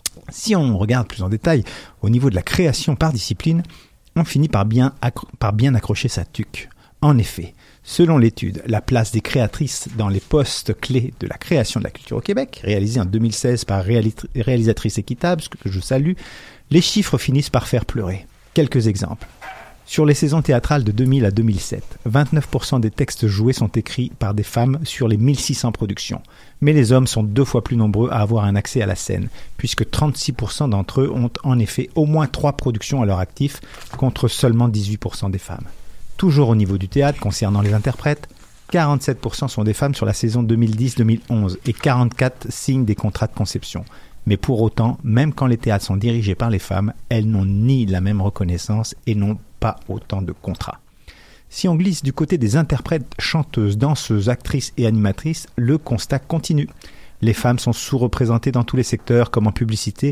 Si on regarde plus en détail au niveau de la création par discipline, on finit par bien, accro- par bien accrocher sa tuque. En effet, selon l'étude, la place des créatrices dans les postes clés de la création de la culture au Québec, réalisée en deux mille seize par réalit- Réalisatrice Équitable, ce que je salue, les chiffres finissent par faire pleurer. Quelques exemples. Sur les saisons théâtrales de deux mille à deux mille sept, vingt-neuf pour cent des textes joués sont écrits par des femmes sur les mille six cents productions. Mais les hommes sont deux fois plus nombreux à avoir un accès à la scène, puisque trente-six pour cent d'entre eux ont en effet au moins trois productions à leur actif, contre seulement dix-huit pour cent des femmes. Toujours au niveau du théâtre, concernant les interprètes, quarante-sept pour cent sont des femmes sur la saison deux mille dix deux mille onze et quarante-quatre signent des contrats de conception. Mais pour autant, même quand les théâtres sont dirigés par les femmes, elles n'ont ni la même reconnaissance et n'ont pas autant de contrats. Si on glisse du côté des interprètes, chanteuses, danseuses, actrices et animatrices, le constat continue. Les femmes sont sous-représentées dans tous les secteurs, comme en publicité,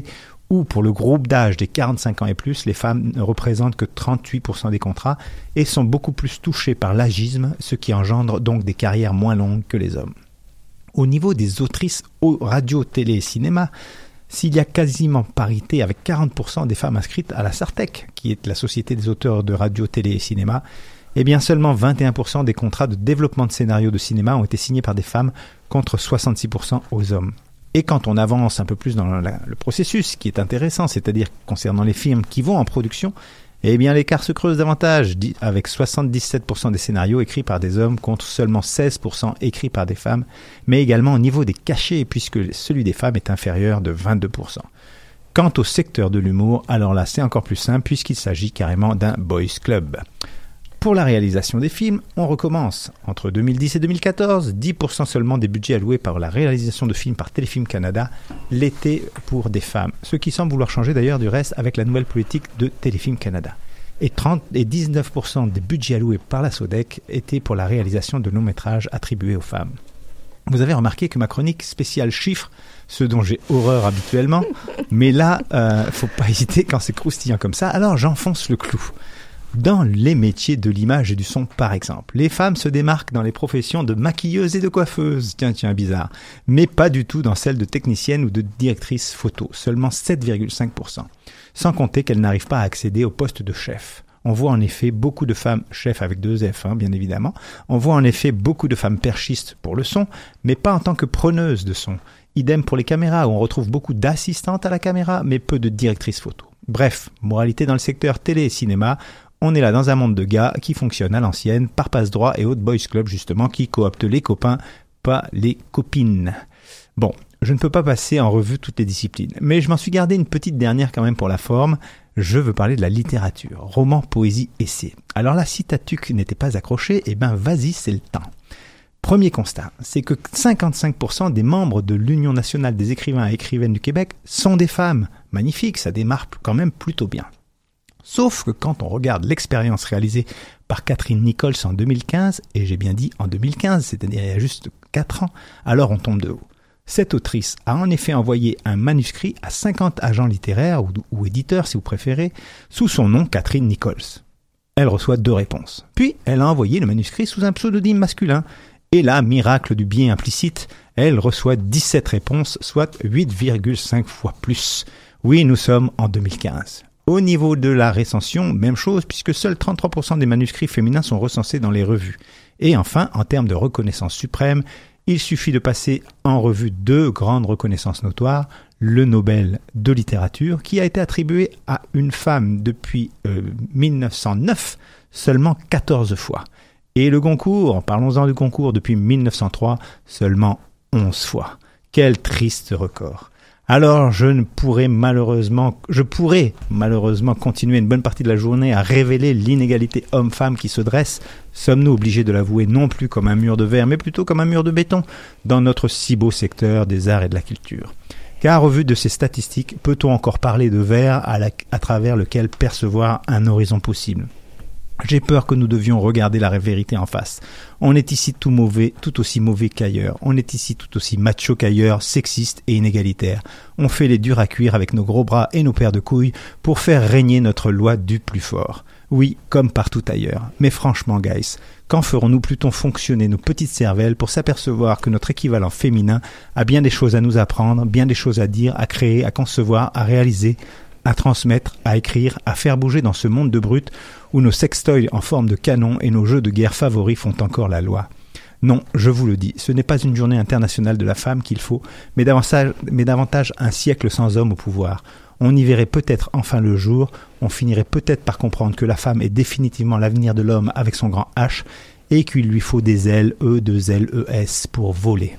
Ou pour le groupe d'âge des quarante-cinq ans et plus, les femmes ne représentent que trente-huit pour cent des contrats et sont beaucoup plus touchées par l'agisme, ce qui engendre donc des carrières moins longues que les hommes. Au niveau des autrices au radio, télé et cinéma, s'il y a quasiment parité avec quarante pour cent des femmes inscrites à la SARTEC, qui est la Société des auteurs de radio, télé et cinéma, eh bien seulement vingt et un pour cent des contrats de développement de scénarios de cinéma ont été signés par des femmes contre soixante-six pour cent aux hommes. Et quand on avance un peu plus dans la, le processus, ce qui est intéressant, c'est-à-dire concernant les films qui vont en production, eh bien l'écart se creuse davantage, avec soixante-dix-sept pour cent des scénarios écrits par des hommes contre seulement seize pour cent écrits par des femmes, mais également au niveau des cachets, puisque celui des femmes est inférieur de vingt-deux pour cent. Quant au secteur de l'humour, alors là c'est encore plus simple, puisqu'il s'agit carrément d'un boys club. Pour la réalisation des films, on recommence. Entre deux mille dix et deux mille quatorze, dix pour cent seulement des budgets alloués par la réalisation de films par Téléfilm Canada l'étaient pour des femmes, ce qui semble vouloir changer d'ailleurs du reste avec la nouvelle politique de Téléfilm Canada. Et, trente et dix-neuf pour cent des budgets alloués par la SODEC étaient pour la réalisation de longs métrages attribués aux femmes. Vous avez remarqué que ma chronique spéciale chiffres, ce dont j'ai horreur habituellement, mais là, euh, faut pas hésiter quand c'est croustillant comme ça, alors j'enfonce le clou. Dans les métiers de l'image et du son, par exemple, les femmes se démarquent dans les professions de maquilleuses et de coiffeuses, tiens, tiens, bizarre, mais pas du tout dans celles de techniciennes ou de directrices photo, seulement sept virgule cinq pour cent, sans compter qu'elles n'arrivent pas à accéder au poste de chef. On voit en effet beaucoup de femmes, chefs avec deux F, hein, bien évidemment, on voit en effet beaucoup de femmes perchistes pour le son, mais pas en tant que preneuses de son. Idem pour les caméras, où on retrouve beaucoup d'assistantes à la caméra, mais peu de directrices photo. Bref, moralité dans le secteur télé et cinéma, on est là dans un monde de gars qui fonctionne à l'ancienne, par passe-droit et autres boys club justement, qui cooptent les copains, pas les copines. Bon, je ne peux pas passer en revue toutes les disciplines, mais je m'en suis gardé une petite dernière quand même pour la forme. Je veux parler de la littérature, roman, poésie, essai. Alors là, si ta tuque n'était pas accrochée, eh ben vas-y, c'est le temps. Premier constat, c'est que cinquante-cinq pour cent des membres de l'Union nationale des écrivains et écrivaines du Québec sont des femmes. Magnifique, ça démarre quand même plutôt bien. Sauf que quand on regarde l'expérience réalisée par Catherine Nichols en deux mille quinze, et j'ai bien dit en deux mille quinze, c'est-à-dire il y a juste quatre ans, alors on tombe de haut. Cette autrice a en effet envoyé un manuscrit à cinquante agents littéraires, ou, ou éditeurs si vous préférez, sous son nom Catherine Nichols. Elle reçoit deux réponses. Puis elle a envoyé le manuscrit sous un pseudonyme masculin. Et là, miracle du biais implicite, elle reçoit dix-sept réponses, soit huit virgule cinq fois plus. Oui, nous sommes en deux mille quinze. Au niveau de la recension, même chose, puisque seuls trente-trois pour cent des manuscrits féminins sont recensés dans les revues. Et enfin, en termes de reconnaissance suprême, il suffit de passer en revue deux grandes reconnaissances notoires, le Nobel de littérature, qui a été attribué à une femme depuis euh, mille neuf cent neuf, seulement quatorze fois. Et le Goncourt, parlons-en du Goncourt, depuis mille neuf cent trois, seulement onze fois. Quel triste record. Alors, je ne pourrais malheureusement, je pourrais malheureusement continuer une bonne partie de la journée à révéler l'inégalité homme-femme qui se dresse. Sommes-nous obligés de l'avouer non plus comme un mur de verre, mais plutôt comme un mur de béton dans notre si beau secteur des arts et de la culture? Car au vu de ces statistiques, peut-on encore parler de verre à, la, à travers lequel percevoir un horizon possible? J'ai peur que nous devions regarder la vérité en face. On est ici tout mauvais, tout aussi mauvais qu'ailleurs. On est ici tout aussi macho qu'ailleurs, sexiste et inégalitaire. On fait les durs à cuire avec nos gros bras et nos paires de couilles pour faire régner notre loi du plus fort. Oui, comme partout ailleurs. Mais franchement, guys, quand ferons-nous plutôt fonctionner nos petites cervelles pour s'apercevoir que notre équivalent féminin a bien des choses à nous apprendre, bien des choses à dire, à créer, à concevoir, à réaliser, à transmettre, à écrire, à faire bouger dans ce monde de brutes où nos sextoys en forme de canon et nos jeux de guerre favoris font encore la loi. Non, je vous le dis, ce n'est pas une journée internationale de la femme qu'il faut, mais davantage, mais davantage un siècle sans homme au pouvoir. On y verrait peut-être enfin le jour, on finirait peut-être par comprendre que la femme est définitivement l'avenir de l'homme avec son grand H et qu'il lui faut des ailes, E, deux L, E, S pour voler.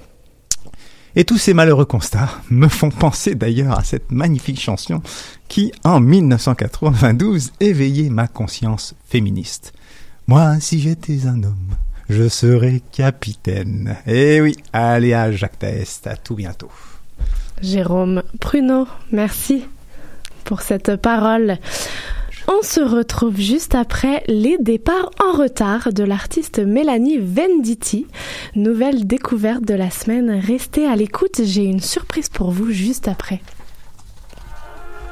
Et tous ces malheureux constats me font penser d'ailleurs à cette magnifique chanson qui, en mille neuf cent quatre-vingt-douze, éveillait ma conscience féministe. Moi, si j'étais un homme, je serais capitaine. Eh oui, allez à Jacques Test, à tout bientôt. Jérôme Pruneau, merci pour cette parole. On se retrouve juste après les départs en retard de l'artiste Mélanie Venditti. Nouvelle découverte de la semaine. Restez à l'écoute, j'ai une surprise pour vous juste après.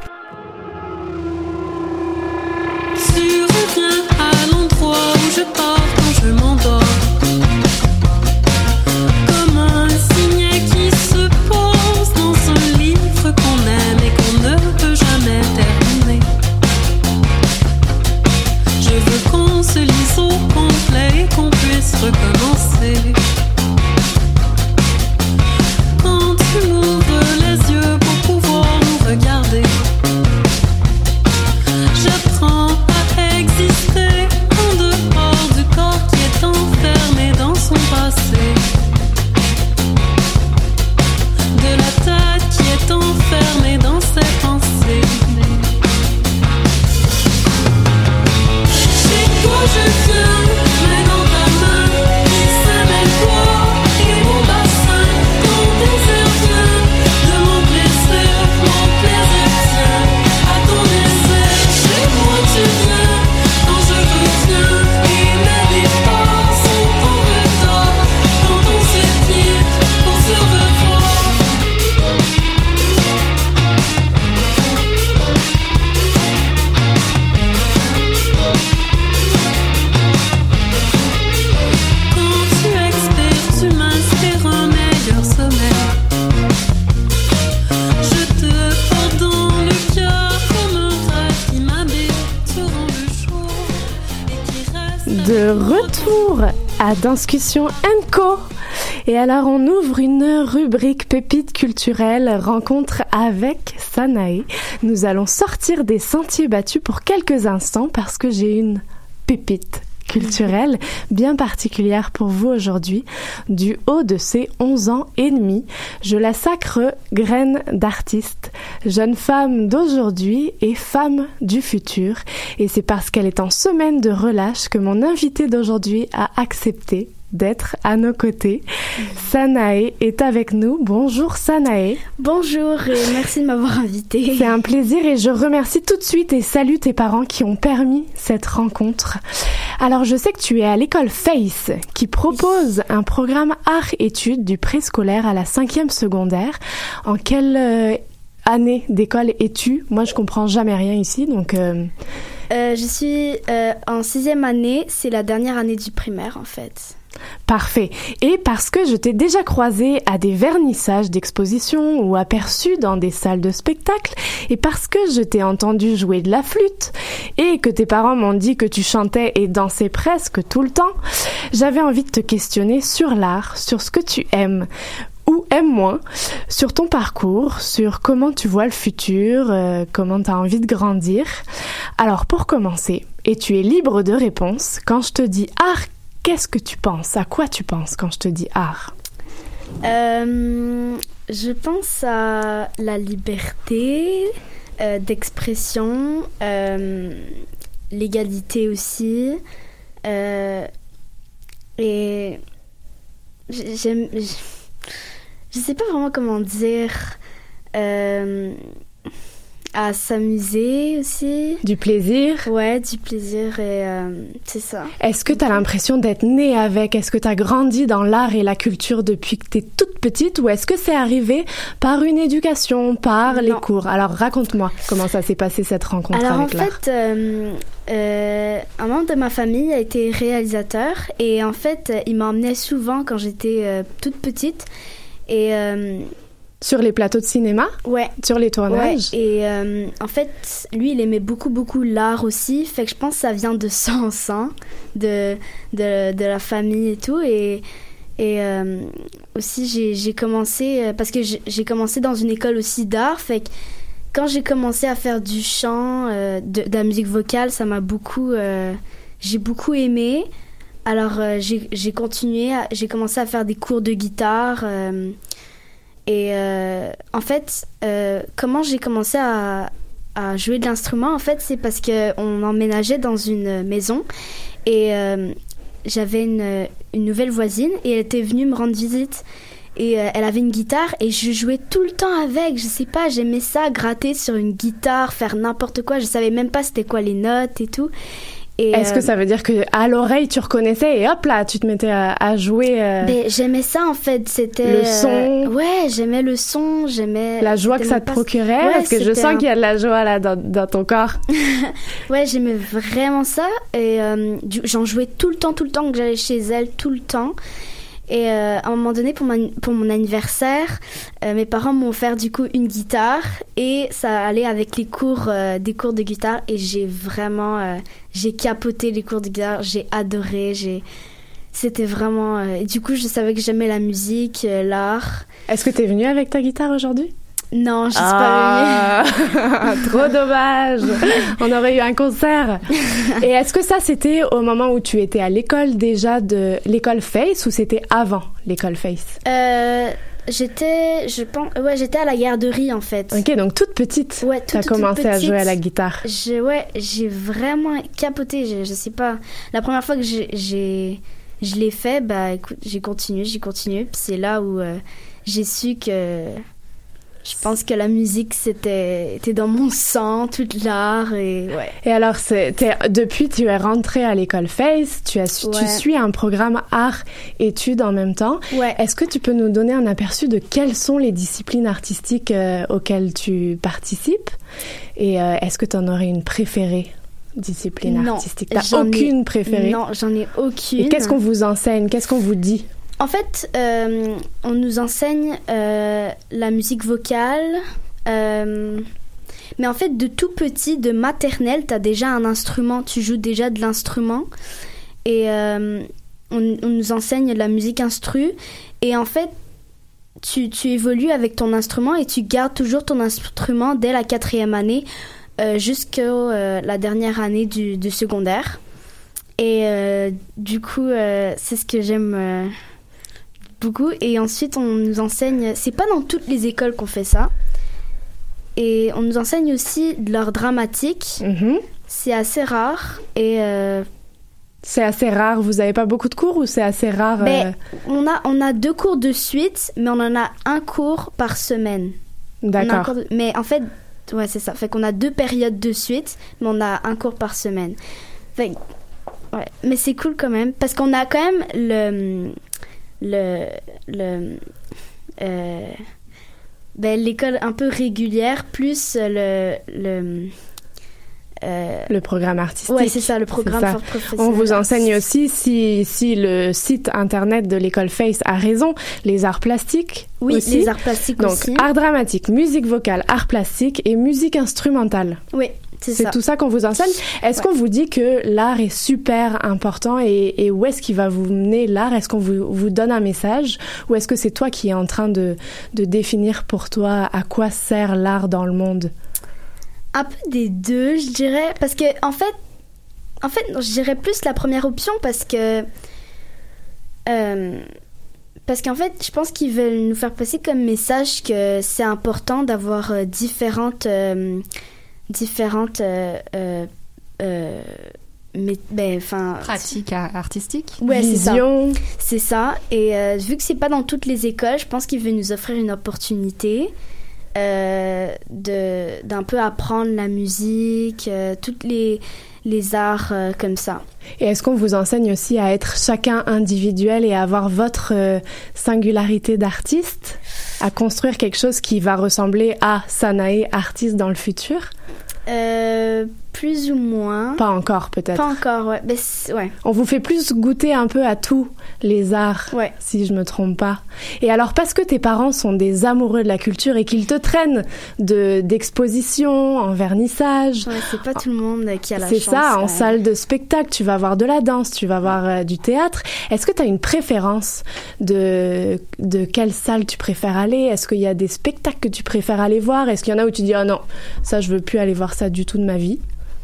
retour à Danscussion and Co. Et alors, on ouvre une rubrique pépite culturelle, rencontre avec Sanae. Nous allons sortir des sentiers battus pour quelques instants parce que j'ai une pépite culturelle bien particulière pour vous aujourd'hui. Du haut de ses onze ans et demi, je la sacre graine d'artiste, jeune femme d'aujourd'hui et femme du futur. Et c'est parce qu'elle est en semaine de relâche que mon invité d'aujourd'hui a accepté d'être à nos côtés. Sanae est avec nous. Bonjour Sanae. Bonjour et merci de m'avoir invitée. C'est un plaisir et je remercie tout de suite et salue tes parents qui ont permis cette rencontre. Alors je sais que tu es à l'école Face qui propose un programme art-études du préscolaire à la cinquième secondaire. En quelle euh, année d'école es-tu? Moi je comprends jamais rien ici donc... Euh... Euh, je suis euh, en sixième année, c'est la dernière année du primaire en fait. Parfait. Et parce que je t'ai déjà croisé à des vernissages d'expositions ou aperçu dans des salles de spectacle, et parce que je t'ai entendu jouer de la flûte, et que tes parents m'ont dit que tu chantais et dansais presque tout le temps, j'avais envie de te questionner sur l'art, sur ce que tu aimes ou aimes moins, sur ton parcours, sur comment tu vois le futur, euh, comment tu as envie de grandir. Alors pour commencer, et tu es libre de réponse, quand je te dis art, qu'est-ce que tu penses? À quoi tu penses quand je te dis art? euh, Je pense à la liberté euh, d'expression, euh, l'égalité aussi, euh, et j'aime... Je sais pas vraiment comment dire, euh, à s'amuser aussi. Du plaisir? Ouais, du plaisir et euh, c'est ça. Est-ce que tu as l'impression d'être née avec? Est-ce que tu as grandi dans l'art et la culture depuis que tu es toute petite ou est-ce que c'est arrivé par une éducation, par non. les cours? Alors raconte-moi comment ça s'est passé cette rencontre Alors, avec l'art. Alors en fait, euh, euh, un membre de ma famille a été réalisateur et en fait, il m'emmenait souvent quand j'étais euh, toute petite. Et euh, sur les plateaux de cinéma? Ouais. Sur les tournages? Ouais. Et euh, en fait, lui, il aimait beaucoup, beaucoup l'art aussi. Fait que je pense que ça vient de ça en sang, de, de, de la famille et tout. Et, et euh, aussi, j'ai, j'ai commencé... Parce que j'ai, j'ai commencé dans une école aussi d'art. Fait que quand j'ai commencé à faire du chant, euh, de, de la musique vocale, ça m'a beaucoup... Euh, j'ai beaucoup aimé. Alors, euh, j'ai, j'ai continué, à, j'ai commencé à faire des cours de guitare. Euh, et euh, en fait, euh, comment j'ai commencé à, à jouer de l'instrument, en fait, c'est parce qu'on emménageait dans une maison. Et euh, j'avais une, une nouvelle voisine et elle était venue me rendre visite. Et euh, elle avait une guitare et je jouais tout le temps avec. Je sais pas, j'aimais ça, gratter sur une guitare, faire n'importe quoi. Je savais même pas c'était quoi les notes et tout. Et Est-ce euh, que ça veut dire que à l'oreille tu reconnaissais et hop là tu te mettais à, à jouer euh, ben, j'aimais ça en fait, c'était le son. Euh, ouais, j'aimais le son, j'aimais la joie que ça te procurait. Ouais, parce que je sens un... qu'il y a de la joie là dans, dans ton corps. Ouais, j'aimais vraiment ça et euh, du, j'en jouais tout le temps, tout le temps que j'allais chez elle, tout le temps. Et euh, à un moment donné, pour, ma, pour mon anniversaire, euh, mes parents m'ont offert du coup une guitare et ça allait avec les cours, euh, des cours de guitare et j'ai vraiment, euh, j'ai capoté les cours de guitare, j'ai adoré, j'ai, c'était vraiment, euh, et du coup je savais que j'aimais la musique, euh, l'art. Est-ce que t'es venue avec ta guitare aujourd'hui? Non, je suis ah, pas venue. Trop dommage. On aurait eu un concert. Et est-ce que ça, c'était au moment où tu étais à l'école déjà de l'école Face ou c'était avant l'école Face? Euh, j'étais, je pense, ouais, j'étais à la garderie en fait. Ok, donc toute petite. Ouais, toute, t'as toute, commencé toute à jouer à la guitare. Je, ouais, j'ai vraiment capoté. Je, je sais pas. La première fois que j'ai, j'ai je l'ai fait, bah écoute, j'ai continué, j'ai continué. Puis c'est là où euh, j'ai su que je pense que la musique, c'était, était dans mon sang, toute l'art et ouais. Et alors, c'est, t'es, depuis, tu es rentrée à l'école Face, tu, as, ouais. tu suis un programme art-études en même temps. Ouais. Est-ce que tu peux nous donner un aperçu de quelles sont les disciplines artistiques euh, auxquelles tu participes? Et euh, est-ce que tu en aurais une préférée? Discipline non, artistique. T'as aucune ai, préférée? Non, j'en ai aucune. Et qu'est-ce qu'on vous enseigne? Qu'est-ce qu'on vous dit? En fait, euh, on nous enseigne euh, la musique vocale, euh, mais en fait, de tout petit, de maternelle, t'as déjà un instrument, tu joues déjà de l'instrument. et euh, on, on nous enseigne la musique instru. Et en fait, tu, tu évolues avec ton instrument et tu gardes toujours ton instrument dès la quatrième année euh, jusqu'à euh, la dernière année du, du secondaire. Et euh, du coup, euh, c'est ce que j'aime euh, beaucoup. Et ensuite, on nous enseigne... C'est pas dans toutes les écoles qu'on fait ça. Et on nous enseigne aussi de l'art dramatique. Mm-hmm. C'est assez rare. Et... Euh, c'est assez rare. Vous avez pas beaucoup de cours ou c'est assez rare? euh... ben, on, a, on a deux cours de suite, mais on en a un cours par semaine. D'accord. De, mais en fait, ouais, c'est ça. Fait qu'on a deux périodes de suite, mais on a un cours par semaine. Fait ouais, mais c'est cool quand même, parce qu'on a quand même le... le, le euh, ben, l'école un peu régulière, plus le... le Euh, le programme artistique. Oui, c'est ça, le programme ça. professionnel. On vous enseigne aussi, si, si le site internet de l'école Face a raison, les arts plastiques. Oui, aussi. les arts plastiques Donc, aussi. Donc, art dramatique, musique vocale, art plastique et musique instrumentale. Oui, c'est, c'est ça. tout ça qu'on vous enseigne. Est-ce ouais. qu'on vous dit que l'art est super important et, et où est-ce qu'il va vous mener l'art? Est-ce qu'on vous, vous donne un message ou est-ce que c'est toi qui es en train de, de définir pour toi à quoi sert l'art dans le monde? Un peu des deux, je dirais, parce que en fait, en fait, je dirais plus la première option parce que, euh, parce qu'en fait, je pense qu'ils veulent nous faire passer comme message que c'est important d'avoir euh, différentes, euh, différentes, euh, euh, euh, mais ben, enfin, pratiques artistiques. Ouais, vision. C'est ça. C'est ça. Et euh, vu que c'est pas dans toutes les écoles, je pense qu'ils veulent nous offrir une opportunité. Euh, de, d'un peu apprendre la musique, euh, toutes les, les arts euh, comme ça. Et est-ce qu'on vous enseigne aussi à être chacun individuel et à avoir votre euh, singularité d'artiste, à construire quelque chose qui va ressembler à Sanae, artiste dans le futur? Euh, plus ou moins. Pas encore, peut-être. Pas encore, ouais. Mais ouais. On vous fait plus goûter un peu à tous les arts, ouais. si je me trompe pas. Et alors, parce que tes parents sont des amoureux de la culture et qu'ils te traînent de, d'expositions, en vernissage. Ouais, c'est pas tout le monde qui a la c'est chance. C'est ça, en ouais. salle de spectacle, tu vas voir de la danse, tu vas voir euh, du théâtre. Est-ce que tu as une préférence de, de quelle salle tu préfères aller? Est-ce qu'il y a des spectacles que tu préfères aller voir? Est-ce qu'il y en a où tu dis « Oh non, ça, je veux plus aller voir ça du tout de ma vie ».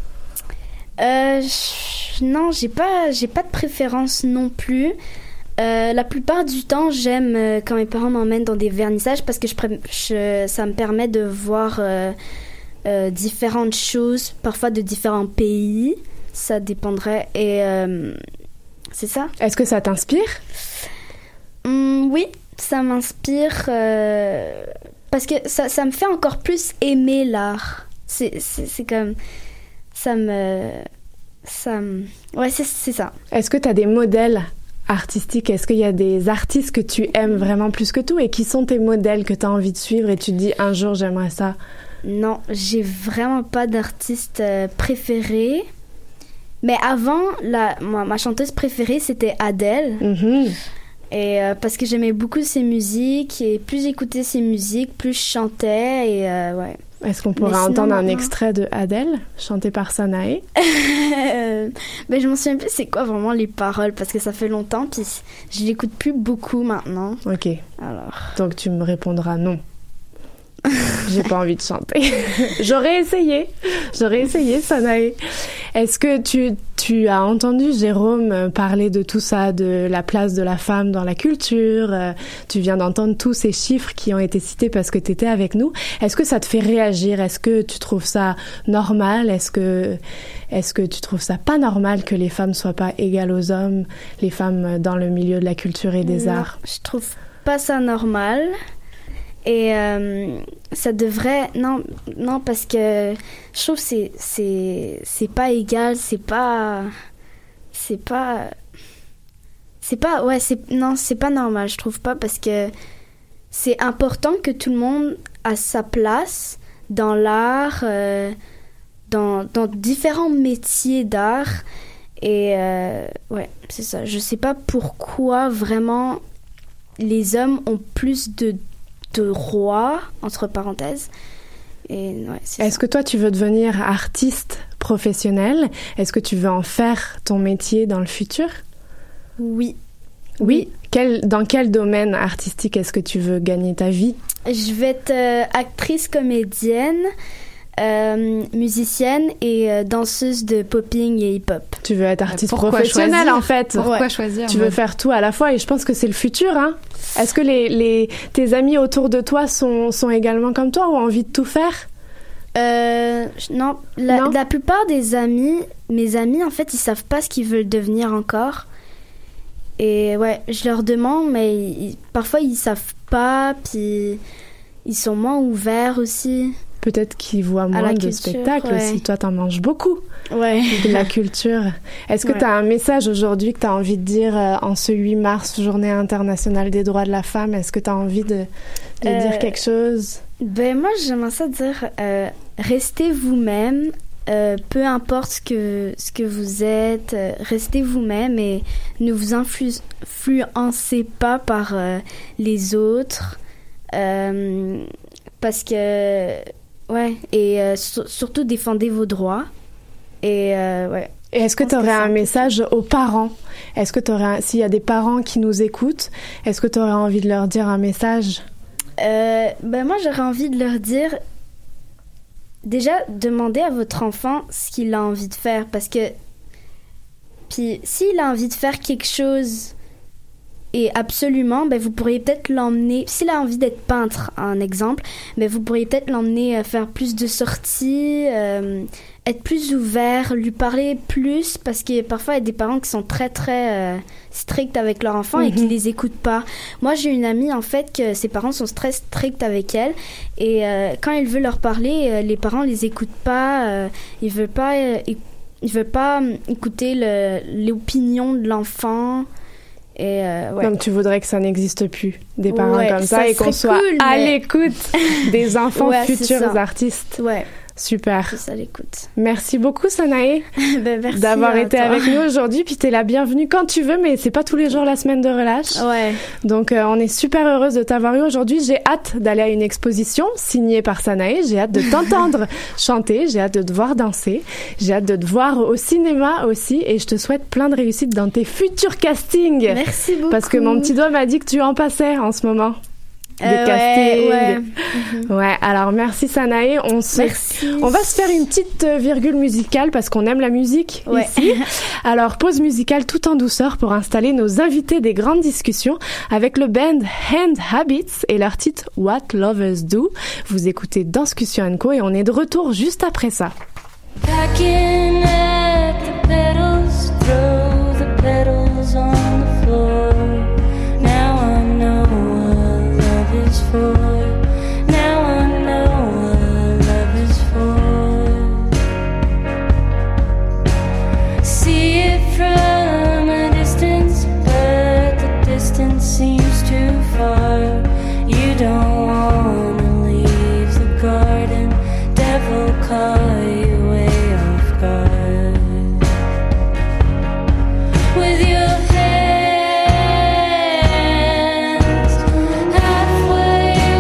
Euh, je, non, j'ai pas, j'ai pas de préférence non plus. Euh, la plupart du temps, j'aime euh, quand mes parents m'emmènent dans des vernissages parce que je, je, ça me permet de voir euh, euh, différentes choses, parfois de différents pays. Ça dépendrait. Et euh, c'est ça. Est-ce que ça t'inspire? Hum, oui, ça m'inspire euh, parce que ça, ça me fait encore plus aimer l'art. C'est, c'est, c'est comme... Ça me... Ça me... Ouais, c'est, c'est ça. Est-ce que tu as des modèles artistiques? Est-ce qu'il y a des artistes que tu aimes vraiment plus que tout? Et qui sont tes modèles que tu as envie de suivre et tu te dis, un jour, j'aimerais ça? Non, j'ai vraiment pas d'artiste euh, préféré. Mais avant, la, ma, ma chanteuse préférée, c'était Adele. Mm-hmm. Et euh, parce que j'aimais beaucoup ses musiques. Et plus j'écoutais ses musiques, plus je chantais. Et euh, ouais... Est-ce qu'on pourrait sinon, entendre un extrait de Adele, chanté par Sanae? euh, ben, je m'en souviens plus c'est quoi vraiment les paroles, parce que ça fait longtemps, puis je l'écoute plus beaucoup maintenant. Ok. Alors. Donc tu me répondras non. J'ai pas envie de chanter. J'aurais essayé. J'aurais essayé, Sanae. Est-ce que tu, tu as entendu Jérôme parler de tout ça, de la place de la femme dans la culture? Euh, tu viens d'entendre tous ces chiffres qui ont été cités parce que tu étais avec nous. Est-ce que ça te fait réagir? Est-ce que tu trouves ça normal? Est-ce que, est-ce que tu trouves ça pas normal que les femmes soient pas égales aux hommes, les femmes dans le milieu de la culture et des non, arts? Je trouve pas ça normal. Et euh, ça devrait... Non, non, parce que je trouve que c'est, c'est, c'est pas égal, c'est pas... C'est pas... C'est pas... Ouais, c'est, non, c'est pas normal, je trouve pas, parce que c'est important que tout le monde a sa place dans l'art, euh, dans, dans différents métiers d'art. Et euh, ouais, c'est ça. Je sais pas pourquoi vraiment les hommes ont plus de... de roi, entre parenthèses. Et, ouais, c'est Est-ce ça. que toi, tu veux devenir artiste professionnelle. Est-ce que tu veux en faire ton métier dans le futur? Oui. Oui? oui. Quel, dans quel domaine artistique est-ce que tu veux gagner ta vie? Je vais être euh, actrice, comédienne, euh, musicienne et euh, danseuse de popping et hip-hop. Tu veux être artiste professionnelle, en fait. Pourquoi ouais. choisir? Tu ouais. veux faire tout à la fois et je pense que c'est le futur, hein? Est-ce que les, les, tes amis autour de toi sont, sont également comme toi ou ont envie de tout faire? Euh, non, la, non. La plupart des amis, mes amis, en fait, ils savent pas ce qu'ils veulent devenir encore. Et ouais, je leur demande, mais ils, parfois ils savent pas, puis ils sont moins ouverts aussi. Peut-être qu'ils voient moins de culture, spectacles ouais. aussi. Toi, t'en manges beaucoup. Ouais. De la culture. Est-ce que ouais. tu as un message aujourd'hui que tu as envie de dire euh, en ce huit mars, Journée internationale des droits de la femme? Est-ce que tu as envie de, de euh, dire quelque chose? Ben moi, j'aimerais ça dire, euh, restez vous-même. Euh, peu importe ce que, ce que vous êtes, euh, restez vous-même et ne vous influ- influencez pas par euh, les autres. Euh, parce que, ouais, et euh, sur- surtout défendez vos droits. Et, euh, ouais. Et est-ce que tu aurais un message aux parents? Est-ce que tu aurais, s'il y a des parents qui nous écoutent, est-ce que tu aurais envie de leur dire un message? Euh, ben moi, j'aurais envie de leur dire... Déjà, demandez à votre enfant ce qu'il a envie de faire, parce que puis s'il a envie de faire quelque chose et absolument, ben vous pourriez peut-être l'emmener, s'il a envie d'être peintre, un exemple, ben vous pourriez peut-être l'emmener à faire plus de sorties, euh, être plus ouvert, lui parler plus, parce que parfois il y a des parents qui sont très très euh, stricts avec leur enfant mm-hmm. et qui les écoutent pas. Moi j'ai une amie en fait que ses parents sont très stricts avec elle et euh, quand elle veut leur parler, euh, les parents les écoutent pas, euh, ils veulent pas, euh, ils veulent pas euh, écouter le, l'opinion de l'enfant. Et euh, ouais. Donc tu voudrais que ça n'existe plus, des parents ouais, comme ça, ça et qu'on soit cool, à mais... l'écoute des enfants ouais, futurs artistes. Ouais. Super. C'est ça, l'écoute. Merci beaucoup, Sanae, ben, merci d'avoir été toi. avec nous aujourd'hui. Puis t'es la bienvenue quand tu veux, mais c'est pas tous les jours la semaine de relâche. Ouais. Donc euh, on est super heureuse de t'avoir eu aujourd'hui. J'ai hâte d'aller à une exposition signée par Sanae. J'ai hâte de t'entendre chanter. J'ai hâte de te voir danser. J'ai hâte de te voir au cinéma aussi. Et je te souhaite plein de réussite dans tes futurs castings. Merci beaucoup. Parce que mon petit doigt m'a dit que tu en passais en ce moment. Des euh, castings. Ouais, ouais. Mm-hmm. ouais, alors merci Sanae. On, se... merci. on va se faire une petite virgule musicale parce qu'on aime la musique ouais. ici. Alors pause musicale tout en douceur pour installer nos invités des grandes discussions avec le band Hand Habits et leur titre What Lovers Do. Vous écoutez Danscussion and Co et on est de retour juste après ça. Packing at the pedals, throw the pedals on the floor. Now I know what love is for. Now I know what love is for. See it from a distance, but the distance seems too far. You don't wanna leave the garden, devil caught you way off guard. With your hands halfway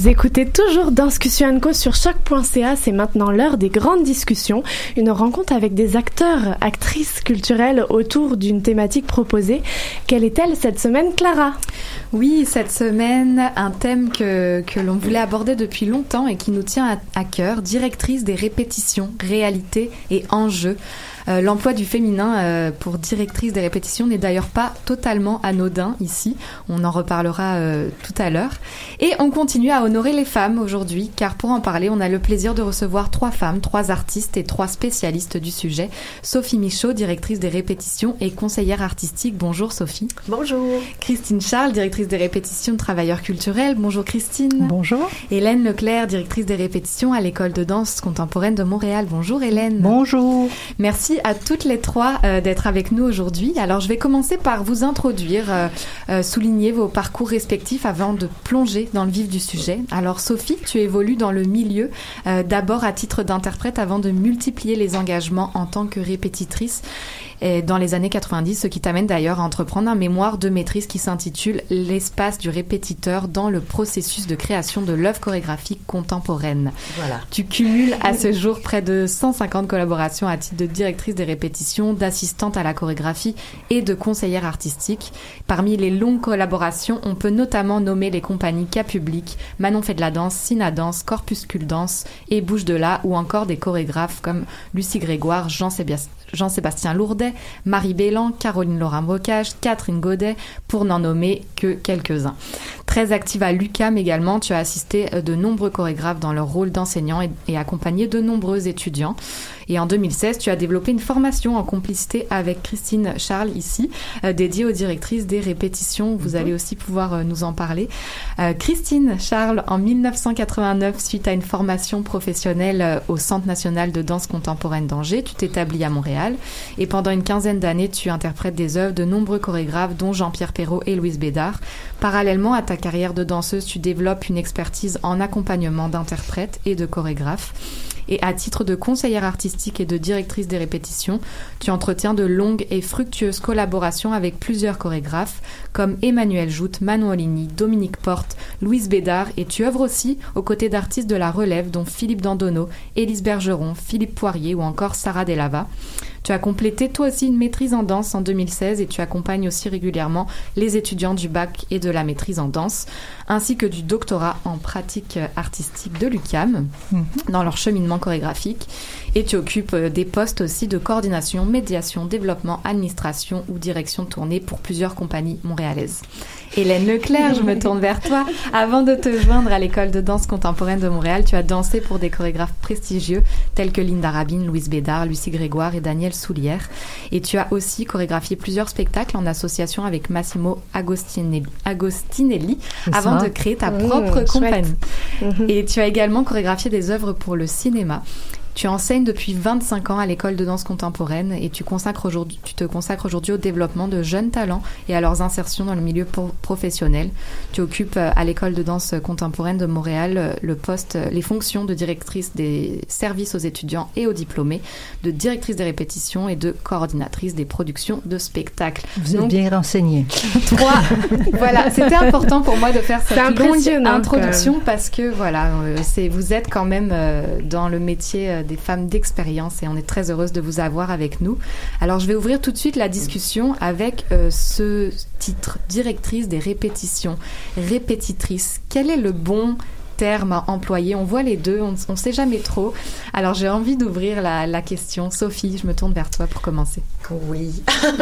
Vous écoutez toujours Danscussion and Co sur choc point c a. C'est maintenant l'heure des grandes discussions. Une rencontre avec des acteurs, actrices culturelles autour d'une thématique proposée. Quelle est-elle cette semaine, Clara? Oui, cette semaine, un thème que, que l'on voulait aborder depuis longtemps et qui nous tient à, à cœur. Directrice des répétitions, réalité et enjeux. Euh, l'emploi du féminin euh, pour directrice des répétitions n'est d'ailleurs pas totalement anodin ici. On en reparlera euh, tout à l'heure. Et on continue à honorer les femmes aujourd'hui, car pour en parler, on a le plaisir de recevoir trois femmes, trois artistes et trois spécialistes du sujet. Sophie Michaud, directrice des répétitions et conseillère artistique. Bonjour Sophie. Bonjour. Christine Charles, directrice des répétitions de travailleurs culturels. Bonjour Christine. Bonjour. Hélène Leclerc, directrice des répétitions à l'école de danse contemporaine de Montréal. Bonjour Hélène. Bonjour. Merci à toutes les trois euh, d'être avec nous aujourd'hui. Alors, je vais commencer par vous introduire, euh, euh, souligner vos parcours respectifs avant de plonger dans le vif du sujet. Alors, Sophie, tu évolues dans le milieu, euh, d'abord à titre d'interprète avant de multiplier les engagements en tant que répétitrice et dans les années quatre-vingt-dix, ce qui t'amène d'ailleurs à entreprendre un mémoire de maîtrise qui s'intitule « L'espace du répétiteur dans le processus de création de l'œuvre chorégraphique contemporaine ». Voilà. Tu cumules à ce jour près de cent cinquante collaborations à titre de directrice des répétitions, d'assistante à la chorégraphie et de conseillère artistique. Parmi les longues collaborations, on peut notamment nommer les compagnies Cas Public, Manon fait de la danse, Sina Danse, Corpuscule Danse et Bouge de là, ou encore des chorégraphes comme Lucie Grégoire, Jean-Sébastien Jean-Sébastien Lourdet, Marie Bélan, Caroline Laurent-Bocage, Catherine Godet, pour n'en nommer que quelques-uns. Très active à l'U Q A M également, tu as assisté de nombreux chorégraphes dans leur rôle d'enseignant et, et accompagné de nombreux étudiants. Et en deux mille seize, tu as développé une formation en complicité avec Christine Charles ici, euh, dédiée aux directrices des répétitions. Vous mm-hmm. allez aussi pouvoir euh, nous en parler. Euh, Christine Charles, en mille neuf cent quatre-vingt-neuf, suite à une formation professionnelle euh, au Centre national de danse contemporaine d'Angers, tu t'établis à Montréal. Et pendant une quinzaine d'années, tu interprètes des œuvres de nombreux chorégraphes, dont Jean-Pierre Perrault et Louise Bédard. Parallèlement à ta carrière de danseuse, tu développes une expertise en accompagnement d'interprètes et de chorégraphes. Et à titre de conseillère artistique et de directrice des répétitions, tu entretiens de longues et fructueuses collaborations avec plusieurs chorégraphes comme Emmanuel Joute, Manon Oligny, Dominique Porte, Louise Bédard, et tu œuvres aussi aux côtés d'artistes de la relève dont Philippe Dandonneau, Élise Bergeron, Philippe Poirier ou encore Sarah Delava. Tu as complété toi aussi une maîtrise en danse en deux mille seize et tu accompagnes aussi régulièrement les étudiants du bac et de la maîtrise en danse, ainsi que du doctorat en pratique artistique de l'U Q A M mm-hmm. dans leur cheminement chorégraphique. Et tu occupes des postes aussi de coordination, médiation, développement, administration ou direction de tournée pour plusieurs compagnies montréalaises. Hélène Leclerc, je me tourne vers toi. Avant de te joindre à l'école de danse contemporaine de Montréal, tu as dansé pour des chorégraphes prestigieux tels que Linda Rabin, Louise Bédard, Lucie Grégoire et Danielle Soulière. Et tu as aussi chorégraphié plusieurs spectacles en association avec Massimo Agostinelli, Agostinelli avant de créer ta propre mmh, compagnie. Mmh. Et tu as également chorégraphié des œuvres pour le cinéma. Tu enseignes depuis vingt-cinq ans à l'école de danse contemporaine et tu, consacres aujourd'hui, tu te consacres aujourd'hui au développement de jeunes talents et à leurs insertions dans le milieu pro- professionnel. Tu occupes à l'école de danse contemporaine de Montréal le poste, les fonctions de directrice des services aux étudiants et aux diplômés, de directrice des répétitions et de coordinatrice des productions de spectacles. Vous êtes Donc, bien renseignée. Trois. Voilà, c'était important pour moi de faire cette c'est un bon Dieu, non, introduction parce que voilà, euh, c'est, vous êtes quand même euh, dans le métier euh, des femmes d'expérience et on est très heureuse de vous avoir avec nous. Alors, je vais ouvrir tout de suite la discussion avec euh, ce titre, directrice des répétitions, répétitrice. Quel est le bon terme à employer? On voit les deux, on ne sait jamais trop. Alors, j'ai envie d'ouvrir la, la question. Sophie, je me tourne vers toi pour commencer. Oui.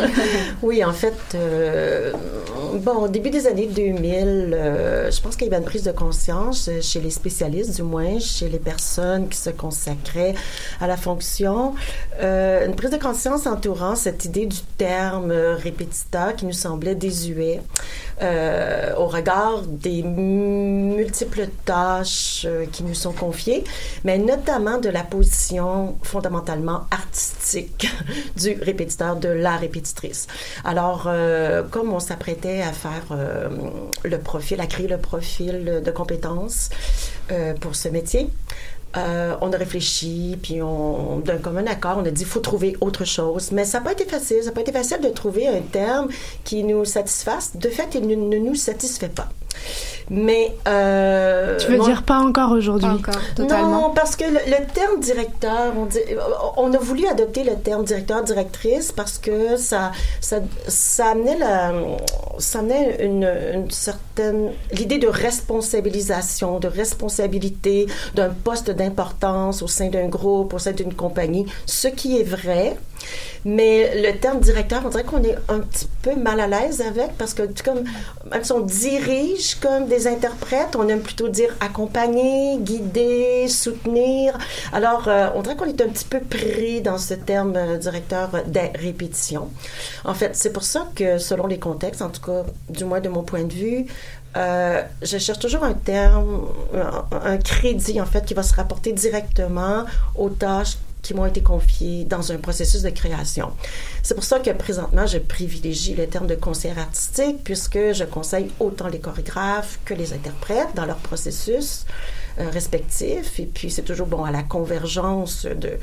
Oui, en fait, euh, bon, au début des années deux mille, euh, je pense qu'il y avait une prise de conscience chez les spécialistes, du moins, chez les personnes qui se consacraient à la fonction. Euh, une prise de conscience entourant cette idée du terme répétiteur qui nous semblait désuet euh, au regard des multiples tâches euh, qui nous sont confiées, mais notamment de la position fondamentalement artistique du répétiteur, de la répétitrice. Alors, euh, comme on s'apprêtait à faire euh, le profil, à créer le profil de compétences euh, pour ce métier, Euh, on a réfléchi, puis on, d'un commun accord, on a dit qu'il faut trouver autre chose. Mais ça n'a pas été facile. Ça n'a pas été facile de trouver un terme qui nous satisfasse. De fait, il ne, ne nous satisfait pas. Mais euh, tu veux moi, dire pas encore aujourd'hui? Pas encore, totalement. Non, parce que le, le terme directeur, on, dit, on a voulu adopter le terme directeur, directrice parce que ça, ça, ça amenait la, ça amenait une, une certaine l'idée de responsabilisation, de responsabilité, d'un poste d'importance au sein d'un groupe, au sein d'une compagnie, ce qui est vrai. Mais le terme directeur, on dirait qu'on est un petit peu mal à l'aise avec parce que comme même si on dirige comme des interprètes, on aime plutôt dire accompagner, guider, soutenir. Alors, euh, on dirait qu'on est un petit peu pris dans ce terme euh, directeur des répétitions. En fait, c'est pour ça que selon les contextes, en tout cas, du moins de mon point de vue, Euh, je cherche toujours un terme, un, un crédit en fait qui va se rapporter directement aux tâches qui m'ont été confiées dans un processus de création. C'est pour ça que présentement, je privilégie le terme de conseillère artistique puisque je conseille autant les chorégraphes que les interprètes dans leur processus euh, respectif. Et puis, c'est toujours bon à la convergence de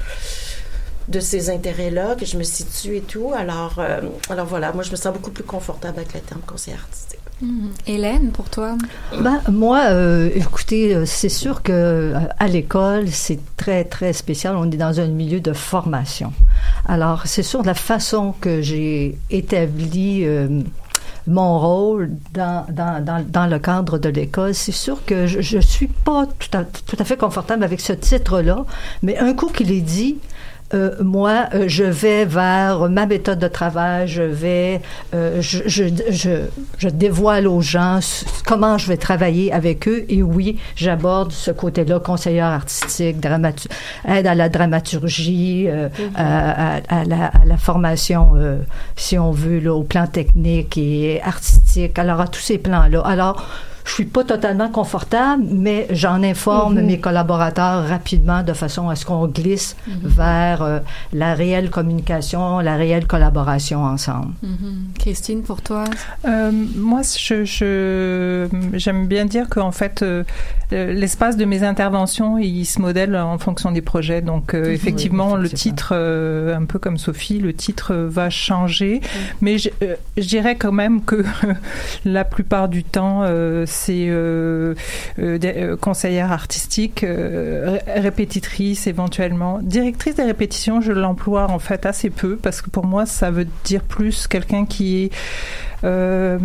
de ces intérêts-là que je me situe et tout. Alors, euh, alors voilà, moi, je me sens beaucoup plus confortable avec le terme conseillère artistique. Mmh. Hélène, pour toi? Ben, moi, euh, écoutez, c'est sûr que à l'école, c'est très, très spécial. On est dans un milieu de formation. Alors, c'est sûr, la façon que j'ai établi euh, mon rôle dans, dans, dans, dans le cadre de l'école, c'est sûr que je, je suis pas tout à, tout à fait confortable avec ce titre-là, mais un coup qu'il est dit, Euh, moi, euh, je vais vers ma méthode de travail, je vais, euh, je, je, je, je dévoile aux gens comment je vais travailler avec eux. Et oui, j'aborde ce côté-là, conseillère artistique, dramatu- aide à la dramaturgie, euh, mm-hmm. à, à, à, la, à la formation, euh, si on veut, là, au plan technique et artistique. Alors, à tous ces plans-là. Alors, je suis pas totalement confortable, mais j'en informe mm-hmm. mes collaborateurs rapidement de façon à ce qu'on glisse mm-hmm. vers euh, la réelle communication, la réelle collaboration ensemble. Mm-hmm. Christine, pour toi? Euh, moi, je, je, j'aime bien dire qu'en fait, euh, l'espace de mes interventions, il se modèle en fonction des projets. Donc, euh, effectivement, oui, le titre, euh, un peu comme Sophie, le titre va changer. Oui. Mais je, euh, je dirais quand même que la plupart du temps, euh, c'est euh, euh, euh, conseillère artistique, euh, répétitrice éventuellement. Directrice des répétitions, je l'emploie en fait assez peu parce que pour moi, ça veut dire plus quelqu'un qui est Euh,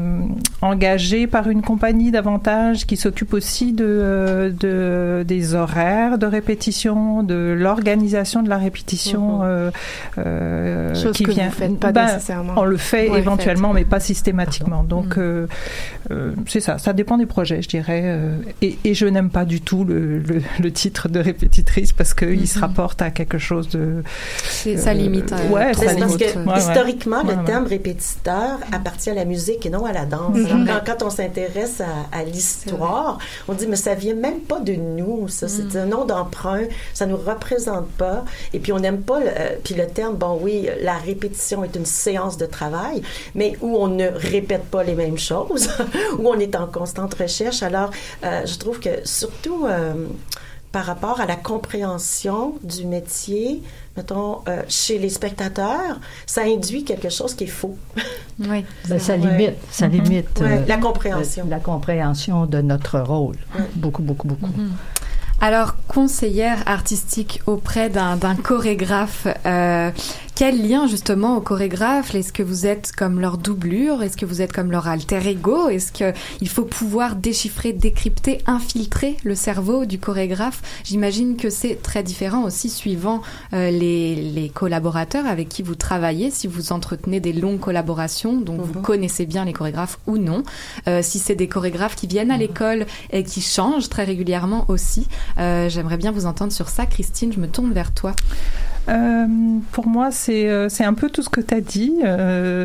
engagé par une compagnie davantage, qui s'occupe aussi de, de des horaires de répétition, de l'organisation de la répétition. Mm-hmm. euh, euh, Chose qui que vient, vous faites pas ben, nécessairement. On le fait ouais, éventuellement, fait. mais pas systématiquement. Donc, mm. euh, euh, c'est ça. Ça dépend des projets, je dirais. Euh, et, et je n'aime pas du tout le, le, le titre de répétitrice parce qu'il mm-hmm. se rapporte à quelque chose de... C'est, euh, ça limite. Euh, ouais, ça parce limite. que ouais, historiquement, ouais, le ouais. terme répétiteur appartient à la musique et non à la danse. Mm-hmm. Alors, quand, quand on s'intéresse à, à l'histoire, on dit, mais ça vient même pas de nous, ça. Mm. C'est un nom d'emprunt, ça nous représente pas. Et puis, on n'aime pas, le, euh, puis le terme, bon, oui, la répétition est une séance de travail, mais où on ne répète pas les mêmes choses, où on est en constante recherche. Alors, euh, je trouve que, surtout, euh, par rapport à la compréhension du métier, mettons, euh, chez les spectateurs, ça induit quelque chose qui est faux. Oui. Ben, ça limite, ouais. ça mm-hmm. limite ouais, euh, la compréhension. La, la compréhension de notre rôle. Ouais. Beaucoup, beaucoup, beaucoup. Mm-hmm. Alors, conseillère artistique auprès d'un, d'un chorégraphe, euh, quel lien justement au chorégraphe? Est-ce que vous êtes comme leur doublure? Est-ce que vous êtes comme leur alter ego? Est-ce qu'il faut pouvoir déchiffrer, décrypter, infiltrer le cerveau du chorégraphe? J'imagine que c'est très différent aussi suivant euh, les, les collaborateurs avec qui vous travaillez, si vous entretenez des longues collaborations, donc mm-hmm. vous connaissez bien les chorégraphes ou non. Euh, si c'est des chorégraphes qui viennent à mm-hmm. l'école et qui changent très régulièrement aussi. Euh, j'aimerais bien vous entendre sur ça. Christine, je me tourne vers toi. Euh, pour moi, c'est euh, c'est un peu tout ce que tu as dit. Euh,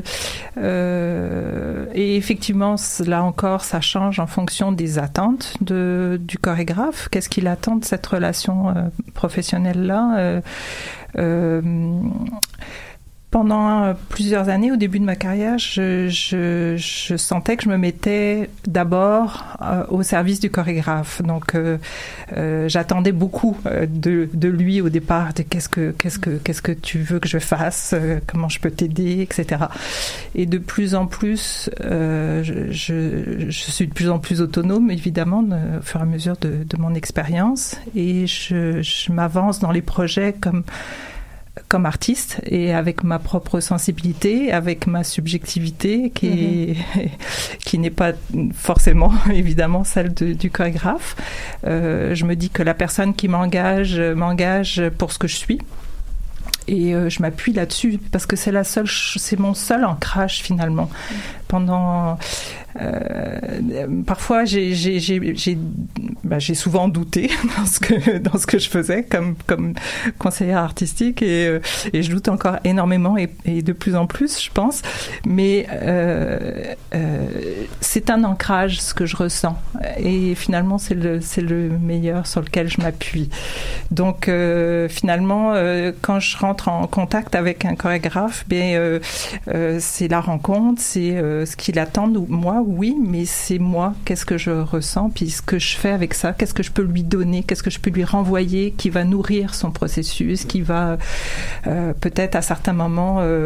euh, et effectivement, là encore, ça change en fonction des attentes de, du chorégraphe. Qu'est-ce qu'il attend de cette relation euh, professionnelle-là euh, euh, pendant euh, plusieurs années, au début de ma carrière, je, je, je sentais que je me mettais d'abord euh, au service du chorégraphe. Donc, euh, euh, j'attendais beaucoup euh, de, de lui au départ, de qu'est-ce que, qu'est-ce que, qu'est-ce que tu veux que je fasse, euh, comment je peux t'aider, et cetera. Et de plus en plus, euh, je, je, je suis de plus en plus autonome, évidemment, de, au fur et à mesure de, de mon expérience. Et je, je m'avance dans les projets comme comme artiste et avec ma propre sensibilité, avec ma subjectivité qui est, mm-hmm. qui n'est pas forcément évidemment celle de, du chorégraphe. Euh, je me dis que la personne qui m'engage m'engage pour ce que je suis. Et euh, je m'appuie là-dessus parce que c'est la seule, c'est mon seul ancrage finalement. Mm. Pendant euh, parfois j'ai j'ai j'ai j'ai, bah, j'ai souvent douté dans ce que dans ce que je faisais comme comme conseillère artistique et euh, et je doute encore énormément et, et de plus en plus je pense. Mais euh, euh, c'est un ancrage ce que je ressens et finalement c'est le c'est le meilleur sur lequel je m'appuie. Donc euh, finalement euh, quand je rentre en contact avec un chorégraphe, ben euh, euh, c'est la rencontre, c'est euh, ce qu'il attend de moi, oui, mais c'est moi, qu'est-ce que je ressens, puis ce que je fais avec ça, qu'est-ce que je peux lui donner, qu'est-ce que je peux lui renvoyer, qui va nourrir son processus, qui va euh, peut-être à certains moments, euh,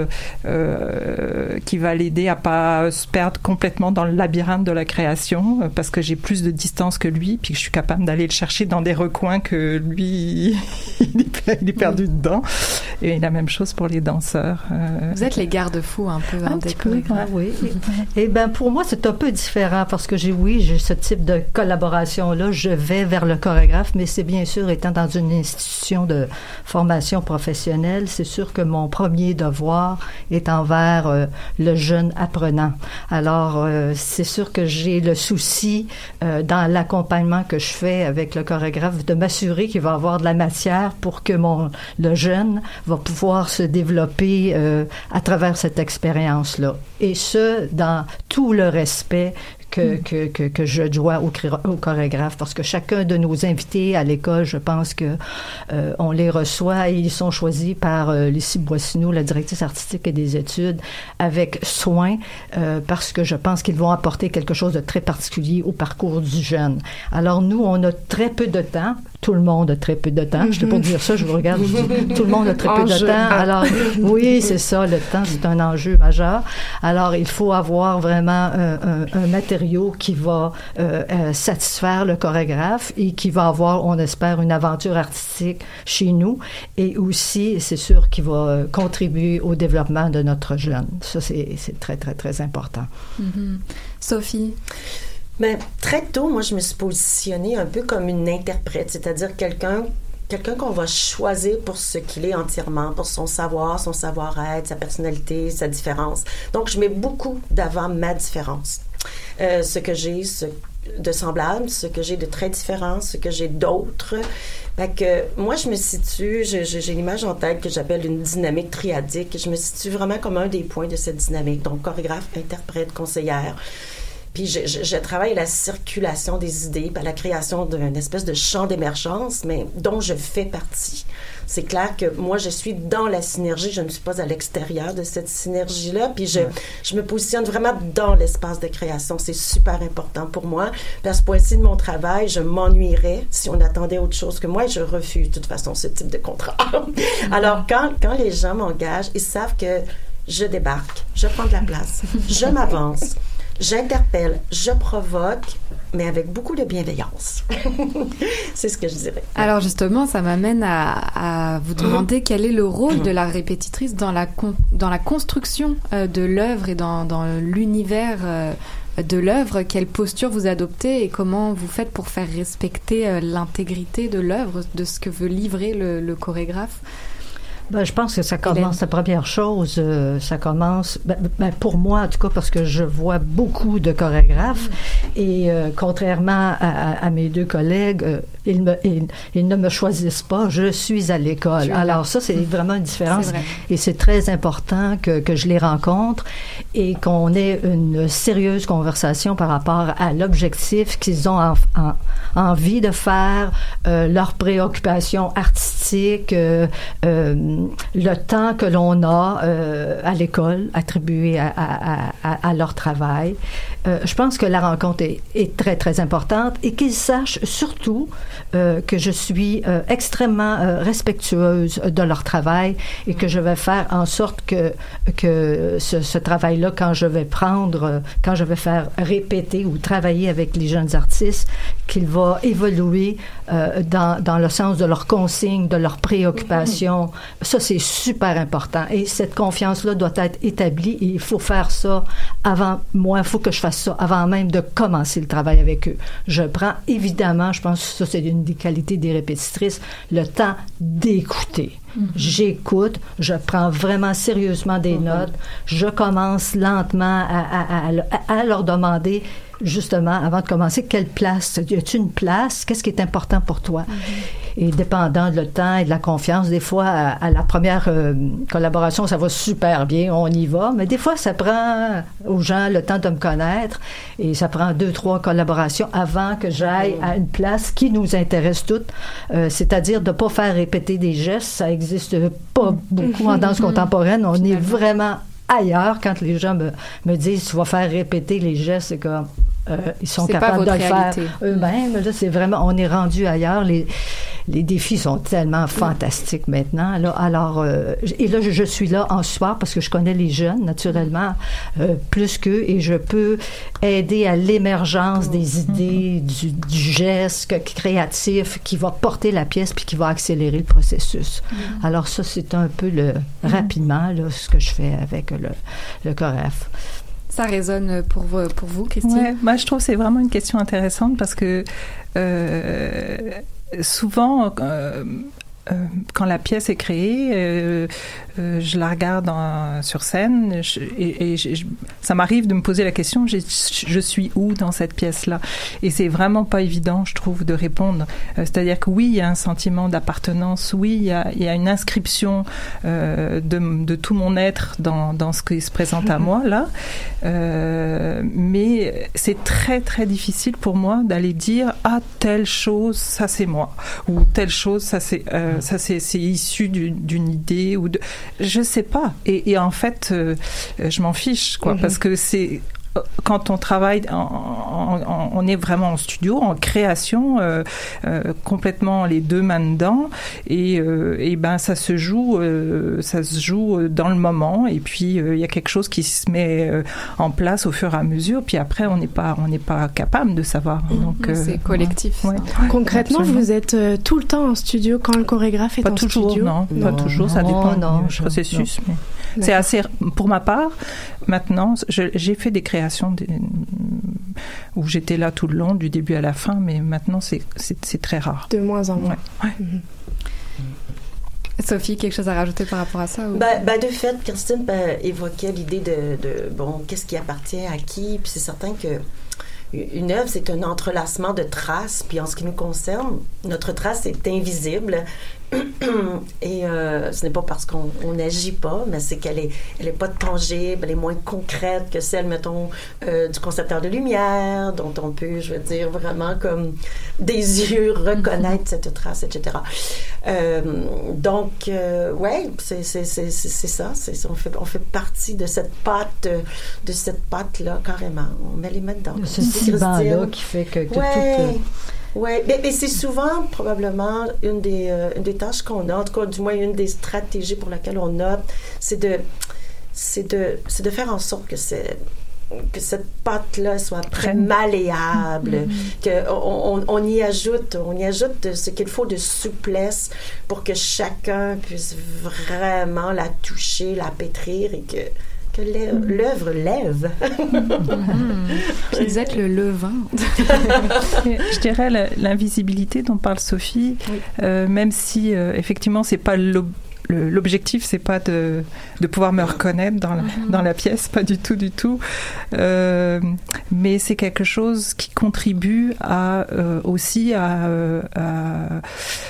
euh, qui va l'aider à pas se perdre complètement dans le labyrinthe de la création, euh, parce que j'ai plus de distance que lui, puis que je suis capable d'aller le chercher dans des recoins que lui, il est, il est perdu oui. dedans. Et la même chose pour les danseurs. Euh, Vous êtes les garde-fous un peu, un hein, petit des peu, chorégraphes. oui. Et ben pour moi c'est un peu différent parce que j'ai oui j'ai ce type de collaboration là, je vais vers le chorégraphe, mais c'est bien sûr étant dans une institution de formation professionnelle, c'est sûr que mon premier devoir est envers euh, le jeune apprenant. Alors euh, c'est sûr que j'ai le souci euh, dans l'accompagnement que je fais avec le chorégraphe de m'assurer qu'il va avoir de la matière pour que mon le jeune va pouvoir se développer euh, à travers cette expérience-là. Et ce, dans tout le respect que, que, que, que je dois au, au chorégraphe, parce que chacun de nos invités à l'école, je pense que euh, on les reçoit et ils sont choisis par euh, Lucie Boissineau, la directrice artistique et des études, avec soin, euh, parce que je pense qu'ils vont apporter quelque chose de très particulier au parcours du jeune. Alors nous, on a très peu de temps. Tout le monde a très peu de temps. Je ne peux pas dire ça, je vous regarde. Je dis, tout le monde a très peu de temps. Alors, oui, c'est ça, le temps, c'est un enjeu majeur. Alors, il faut avoir vraiment un, un, un matériau qui va euh, euh, satisfaire le chorégraphe et qui va avoir, on espère, une aventure artistique chez nous. Et aussi, c'est sûr qu'il va contribuer au développement de notre jeune. Ça, c'est, c'est très, très, très important. Mm-hmm. Sophie? Ben, très tôt, moi, je me suis positionnée un peu comme une interprète, c'est-à-dire quelqu'un quelqu'un qu'on va choisir pour ce qu'il est entièrement, pour son savoir, son savoir-être, sa personnalité, sa différence. Donc, je mets beaucoup d'avant ma différence. Euh, ce que j'ai ce, de semblable, ce que j'ai de très différent, ce que j'ai d'autre. Fait que moi, je me situe, je, je, j'ai l'image en tête que j'appelle une dynamique triadique. Je me situe vraiment comme un des points de cette dynamique. Donc, chorégraphe, interprète, conseillère. Puis je, je, je travaille à la circulation des idées, à la création d'une espèce de champ d'émergence, mais dont je fais partie. C'est clair que moi, je suis dans la synergie, je ne suis pas à l'extérieur de cette synergie-là, puis je, je me positionne vraiment dans l'espace de création. C'est super important pour moi. Puis à ce point-ci de mon travail, je m'ennuierais si on attendait autre chose que moi, et je refuse de toute façon ce type de contrat. Alors, quand, quand les gens m'engagent, ils savent que je débarque, je prends de la place, je m'avance. J'interpelle, je provoque, mais avec beaucoup de bienveillance. C'est ce que je dirais. Alors justement, ça m'amène à, à vous demander quel est le rôle de la répétitrice dans la, con, dans la construction euh, de l'œuvre et dans, dans l'univers euh, de l'œuvre. Quelle posture vous adoptez et comment vous faites pour faire respecter euh, l'intégrité de l'œuvre, de ce que veut livrer le, le chorégraphe? Ben, je pense que ça commence, la première chose, euh, ça commence, ben, ben, pour moi en tout cas, parce que je vois beaucoup de chorégraphes et euh, contrairement à, à, à mes deux collègues, euh, ils, me, ils, ils ne me choisissent pas, je suis à l'école. suis Alors ça, c'est vraiment une différence. C'est vrai. Et c'est très important que, que je les rencontre et qu'on ait une sérieuse conversation par rapport à l'objectif qu'ils ont en, en, envie de faire, euh, leurs préoccupations artistiques, euh, euh, le temps que l'on a euh, à l'école attribué à, à, à, à leur travail. Euh, je pense que la rencontre est, est très, très importante et qu'ils sachent surtout euh, que je suis euh, extrêmement euh, respectueuse de leur travail et que je vais faire en sorte que, que ce, ce travail-là, quand je vais prendre, quand je vais faire répéter ou travailler avec les jeunes artistes, qu'il va évoluer euh, dans, dans le sens de leurs consignes, de leurs préoccupations. Ça, c'est super important. Et cette confiance-là doit être établie et il faut faire ça avant, moi, il faut que je fasse ça avant même de commencer le travail avec eux. Je prends évidemment, je pense que ça, c'est une des qualités des répétitrices, le temps d'écouter. Mm-hmm. J'écoute, je prends vraiment sérieusement des mm-hmm. notes, je commence lentement à, à, à, à leur demander justement, avant de commencer, quelle place? Y a-t-il une place? Qu'est-ce qui est important pour toi? Mm-hmm. Et dépendant de le temps et de la confiance, des fois, à, à la première euh, collaboration, ça va super bien, on y va, mais des fois, ça prend aux gens le temps de me connaître et ça prend deux, trois collaborations avant que j'aille à une place qui nous intéresse toutes, euh, c'est-à-dire de ne pas faire répéter des gestes. Ça n'existe pas beaucoup en danse contemporaine. On est vraiment ailleurs quand les gens me, me disent « tu vas faire répéter les gestes », c'est comme... Euh, ils sont c'est capables de le réalité. faire eux-mêmes. Là, c'est vraiment, on est rendu ailleurs. Les, les défis sont tellement fantastiques maintenant. Là, alors, euh, et là, je, je suis là en soir parce que je connais les jeunes, naturellement, euh, plus qu'eux, et je peux aider à l'émergence des idées, du, du geste créatif qui va porter la pièce puis qui va accélérer le processus. Mm-hmm. Alors ça, c'est un peu le rapidement là, ce que je fais avec le, le chorégraphe. Ça résonne pour vous, pour vous Christine? Ouais, moi je trouve que c'est vraiment une question intéressante parce que euh, souvent euh, euh, quand la pièce est créée, euh, euh, je la regarde en, sur scène je, et, et je, ça m'arrive de me poser la question, je, je suis où dans cette pièce-là? Et c'est vraiment pas évident, je trouve, de répondre. Euh, c'est-à-dire que oui, il y a un sentiment d'appartenance, oui, il y a, il y a une inscription euh, de, de tout mon être dans, dans ce qui se présente à moi, là. Euh, mais c'est très, très difficile pour moi d'aller dire « Ah, telle chose, ça c'est moi » ou « Telle chose, ça c'est... Euh, ça c'est, c'est issu d'une, d'une idée ou de je sais pas et, et en fait euh, je m'en fiche quoi mm-hmm. parce que c'est quand on travaille, en, en, en, on est vraiment en studio, en création, euh, euh, complètement les deux mains dedans, et, euh, et ben ça se joue, euh, ça se joue dans le moment, et puis il euh, y a quelque chose qui se met euh, en place au fur et à mesure, puis après on n'est pas, on n'est pas capable de savoir. Donc euh, c'est collectif. Ouais. Ouais. Concrètement, absolument. Vous êtes euh, tout le temps en studio quand le chorégraphe est pas en toujours, studio. Non, non, pas toujours, ça dépend non, du processus. Mais c'est assez, pour ma part, maintenant, je, j'ai fait des créations des, où j'étais là tout le long, du début à la fin, mais maintenant, c'est, c'est, c'est très rare. De moins en moins. Ouais. Ouais. Mm-hmm. Sophie, quelque chose à rajouter par rapport à ça? Ou... Ben, ben, de fait, Christine ben, évoquait l'idée de, de, bon, qu'est-ce qui appartient à qui, puis c'est certain que une œuvre, c'est un entrelacement de traces, puis en ce qui nous concerne, notre trace est invisible. Et euh, ce n'est pas parce qu'on n'agit pas, mais c'est qu'elle est, elle est pas tangible, elle est moins concrète que celle, mettons, euh, du concepteur de lumière, dont on peut, je veux dire, vraiment comme des yeux reconnaître cette trace, et cetera. Euh, donc, euh, ouais, c'est, c'est, c'est, c'est, c'est ça. C'est, on fait, on fait partie de cette pâte, de cette pâte-là, carrément. On met les mains dedans. Ce ciment-là qui fait que, que ouais. tout... Oui, mais, mais c'est souvent probablement une des, euh, une des tâches qu'on a, en tout cas, du moins une des stratégies pour laquelle on opte, c'est de, c'est de, c'est de faire en sorte que c'est que cette pâte-là soit très malléable, mm-hmm. qu'on on, on y ajoute, on y ajoute ce qu'il faut de souplesse pour que chacun puisse vraiment la toucher, la pétrir et que que l'œuvre lève. Puis vous êtes le levain. Je dirais la, l'invisibilité dont parle Sophie, oui. euh, même si euh, effectivement c'est pas l'ob- le, l'objectif, c'est pas de, de pouvoir me reconnaître dans la, mm-hmm. dans la pièce, pas du tout, du tout. Euh, mais c'est quelque chose qui contribue à, euh, aussi à, euh, à,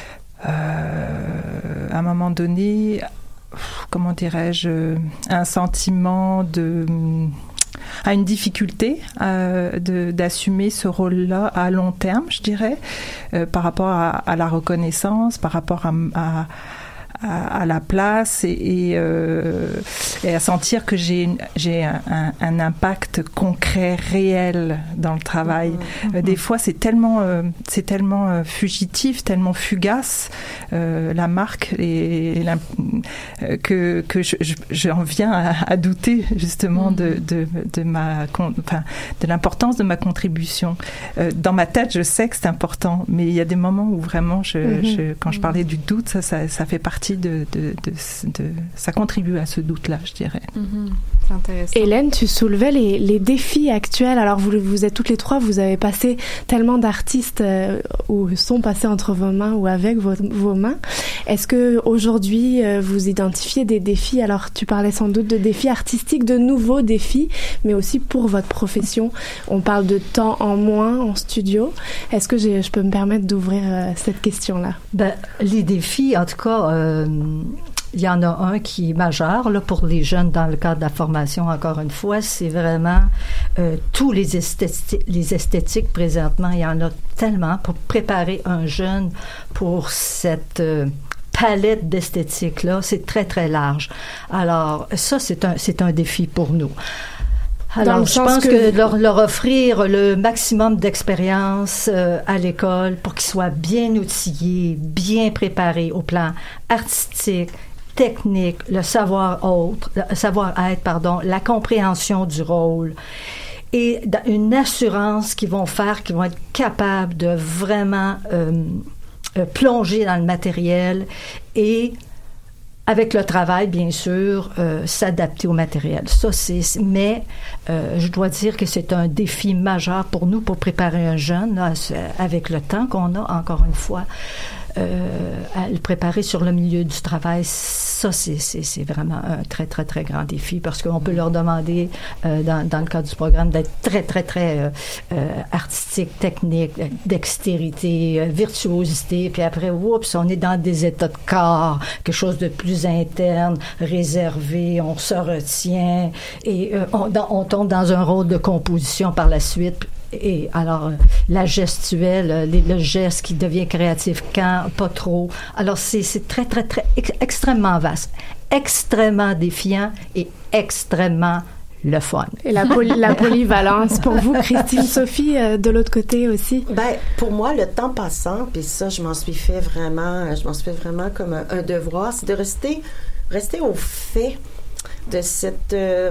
euh, à un moment donné, comment dirais-je, un sentiment de... à une difficulté euh, de, d'assumer ce rôle-là à long terme, je dirais, euh, par rapport à, à la reconnaissance, par rapport à, à, à, à la place et, et, euh, et à sentir que j'ai, j'ai un, un, un impact concret, réel dans le travail. Mmh. Euh, des fois, c'est tellement, euh, c'est tellement euh, fugitif, tellement fugace, euh, la marque, et, et la, euh, que, que je, je, j'en viens à, à douter justement mmh. de, de, de, ma, enfin, de l'importance de ma contribution. Euh, dans ma tête, je sais que c'est important, mais il y a des moments où vraiment, je, mmh. je, quand je parlais du doute, ça, ça, ça fait partie De, de, de, de, ça contribue à ce doute-là, je dirais. Mm-hmm. C'est intéressant. Hélène, tu soulevais les, les défis actuels. Alors, vous, vous êtes toutes les trois, vous avez passé tellement d'artistes euh, ou sont passés entre vos mains ou avec vos, vos mains. Est-ce que aujourd'hui euh, vous identifiez des défis? Alors, tu parlais sans doute de défis artistiques, de nouveaux défis, mais aussi pour votre profession. On parle de temps en moins en studio. Est-ce que j'ai, je peux me permettre d'ouvrir euh, cette question-là? Ben, les défis, en tout cas, euh, il y en a un qui est majeur là, pour les jeunes dans le cadre de la formation, encore une fois, c'est vraiment euh, tous les esthétiques, les esthétiques présentement, il y en a tellement pour préparer un jeune pour cette... Euh, palette d'esthétique-là, c'est très, très large. Alors, ça, c'est un, c'est un défi pour nous. Alors, je pense que, que leur, leur offrir le maximum d'expérience euh, à l'école pour qu'ils soient bien outillés, bien préparés au plan artistique, technique, le savoir-être, le savoir-être, pardon, la compréhension du rôle et une assurance qu'ils vont faire, qu'ils vont être capables de vraiment euh, euh, plonger dans le matériel et avec le travail, bien sûr, euh, s'adapter au matériel. Ça, c'est... Mais euh, je dois dire que c'est un défi majeur pour nous, pour préparer un jeune, là, avec le temps qu'on a, encore une fois, euh, à le préparer sur le milieu du travail. Ça, c'est, c'est, c'est vraiment un très, très, très grand défi, parce qu'on peut leur demander, euh, dans, dans le cadre du programme, d'être très, très, très euh, euh, artistique, technique, dextérité, euh, virtuosité, puis après, oups, on est dans des états de corps, quelque chose de plus interne, réservé, on se retient, et euh, on, dans, on tombe dans un rôle de composition par la suite. Et alors, la gestuelle, le, le geste qui devient créatif quand, pas trop. Alors, c'est, c'est très, très, très, ex- extrêmement vaste, extrêmement défiant et extrêmement le fun. Et la, poly- la polyvalence. Pour vous, Christine, Sophie, euh, de l'autre côté aussi? Ben, pour moi, le temps passant, puis ça, je m'en suis fait vraiment, je m'en suis fait vraiment comme un, un devoir, c'est de rester, rester au fait de cette... Euh,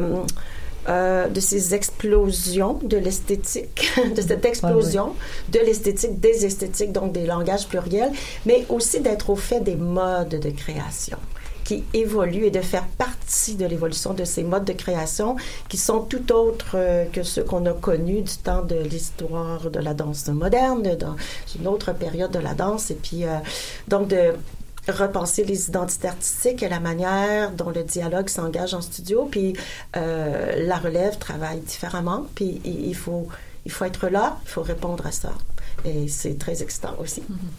Euh, de ces explosions de l'esthétique, de cette explosion ah oui. de l'esthétique, des esthétiques, donc des langages pluriels, mais aussi d'être au fait des modes de création qui évoluent et de faire partie de l'évolution de ces modes de création qui sont tout autres euh, que ceux qu'on a connus du temps de l'histoire de la danse moderne, dans une autre période de la danse, et puis euh, donc de repenser les identités artistiques et la manière dont le dialogue s'engage en studio, puis euh, la relève travaille différemment, puis il faut, il faut être là, il faut répondre à ça. Et c'est très excitant aussi. Mm-hmm.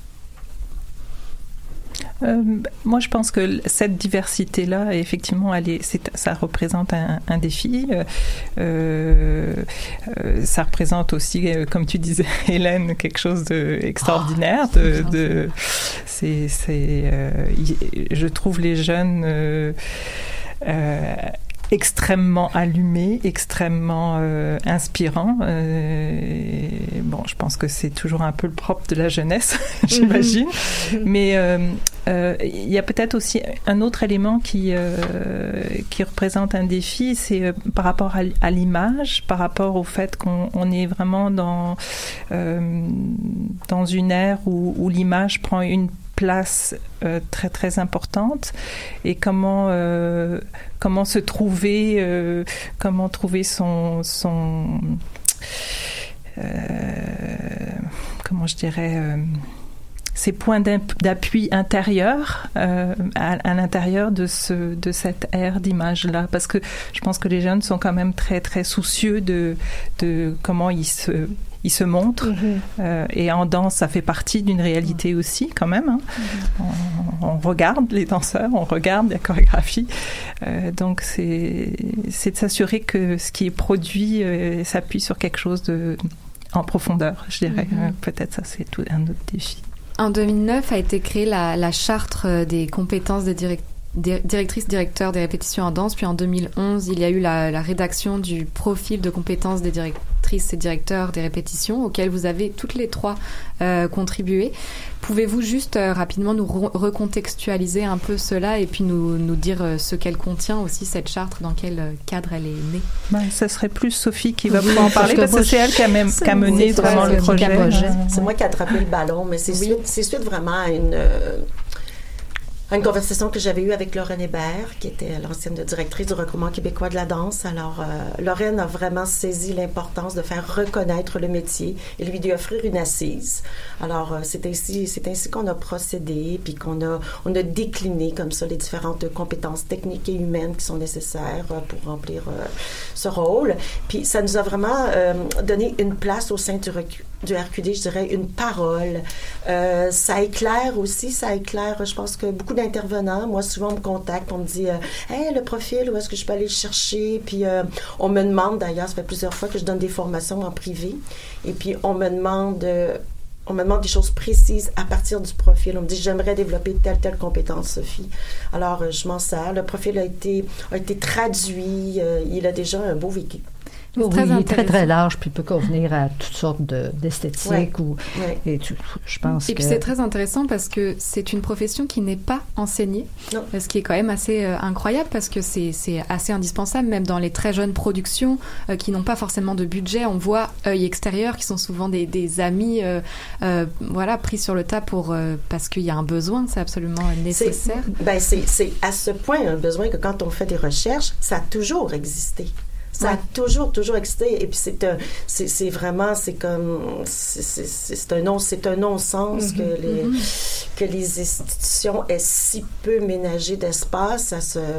Euh, moi, je pense que cette diversité-là, effectivement, elle est, c'est, ça représente un, un défi. Euh, euh, ça représente aussi, euh, comme tu disais, Hélène, quelque chose d'extraordinaire. Oh, de, de, c'est, c'est, euh, je trouve les jeunes euh, euh, extrêmement allumé, extrêmement euh, inspirant. Euh, bon, je pense que c'est toujours un peu le propre de la jeunesse, j'imagine. Mm-hmm. Mais euh, euh, il y a peut-être aussi un autre élément qui euh, qui représente un défi, c'est euh, par rapport à, à l'image, par rapport au fait qu'on on est vraiment dans euh, dans une ère où, où l'image prend une place euh, très très importante, et comment euh, comment se trouver euh, comment trouver son son euh, comment je dirais euh, ces points d'appui intérieurs euh, à, à l'intérieur de ce de cette ère d'image-là, parce que je pense que les jeunes sont quand même très très soucieux de de comment ils se ils se montrent, mm-hmm. euh, et en danse, ça fait partie d'une réalité aussi, quand même. Hein. Mm-hmm. On, on regarde les danseurs, on regarde la chorégraphie. Euh, donc, c'est, c'est de s'assurer que ce qui est produit euh, s'appuie sur quelque chose de, en profondeur, je dirais. Mm-hmm. Euh, peut-être ça, c'est tout un autre défi. En deux mille neuf a été créée la, la charte des compétences des directeurs directrice directeur des répétitions en danse, puis en deux mille onze il y a eu la, la rédaction du profil de compétences des directrices et directeurs des répétitions auquel vous avez toutes les trois euh, contribué. Pouvez-vous juste euh, rapidement nous re- recontextualiser un peu cela et puis nous, nous dire euh, ce qu'elle contient aussi, cette charte, dans quel cadre elle est née? Ben, ce serait plus Sophie qui va pouvoir en parler parce que, parce que c'est elle qui a, même, qui a mené vraiment le projet. projet. C'est moi qui ai attrapé le ballon, mais c'est, oui. suite, c'est suite vraiment à une... Euh, une conversation que j'avais eue avec Lorraine Hébert, qui était l'ancienne directrice du Regroupement québécois de la danse. Alors, euh, Lorraine a vraiment saisi l'importance de faire reconnaître le métier et lui d'y offrir une assise. Alors, euh, c'est ainsi, c'est ainsi qu'on a procédé, puis qu'on a, on a décliné comme ça les différentes compétences techniques et humaines qui sont nécessaires euh, pour remplir euh, ce rôle. Puis, ça nous a vraiment euh, donné une place au sein du recul. du R Q D, je dirais, une parole. Euh, ça éclaire aussi, ça éclaire, je pense que beaucoup d'intervenants, moi, souvent, on me contacte, on me dit euh, « Hey, le profil, où est-ce que je peux aller le chercher? » Puis, euh, on me demande, d'ailleurs, ça fait plusieurs fois que je donne des formations en privé, et puis on me demande... Euh, on me demande des choses précises à partir du profil. On me dit, j'aimerais développer telle, telle compétence, Sophie. Alors, euh, je m'en sers. Le profil a été, a été traduit. Euh, il a déjà un beau vécu. Oui, il est très, très large, puis il peut convenir à toutes sortes de, d'esthétiques. Ouais. Ou, ouais. Et tu, je pense et que... puis c'est très intéressant parce que c'est une profession qui n'est pas enseignée, non. Ce qui est quand même assez euh, incroyable parce que c'est, c'est assez indispensable, même dans les très jeunes productions euh, qui n'ont pas forcément de budget. On voit œil extérieur, qui sont souvent des, des amis euh, euh, voilà, pris sur le tas pour, euh, parce qu'il y a un besoin, c'est absolument nécessaire. C'est, ben c'est, c'est à ce point un besoin que quand on fait des recherches, ça a toujours existé. Ça ouais. a toujours, toujours existé. Et puis, c'est un, c'est, c'est vraiment, c'est comme, c'est, c'est, c'est un non, c'est un non-sens mm-hmm. que les, mm-hmm. que les institutions aient si peu ménagé d'espace à ce,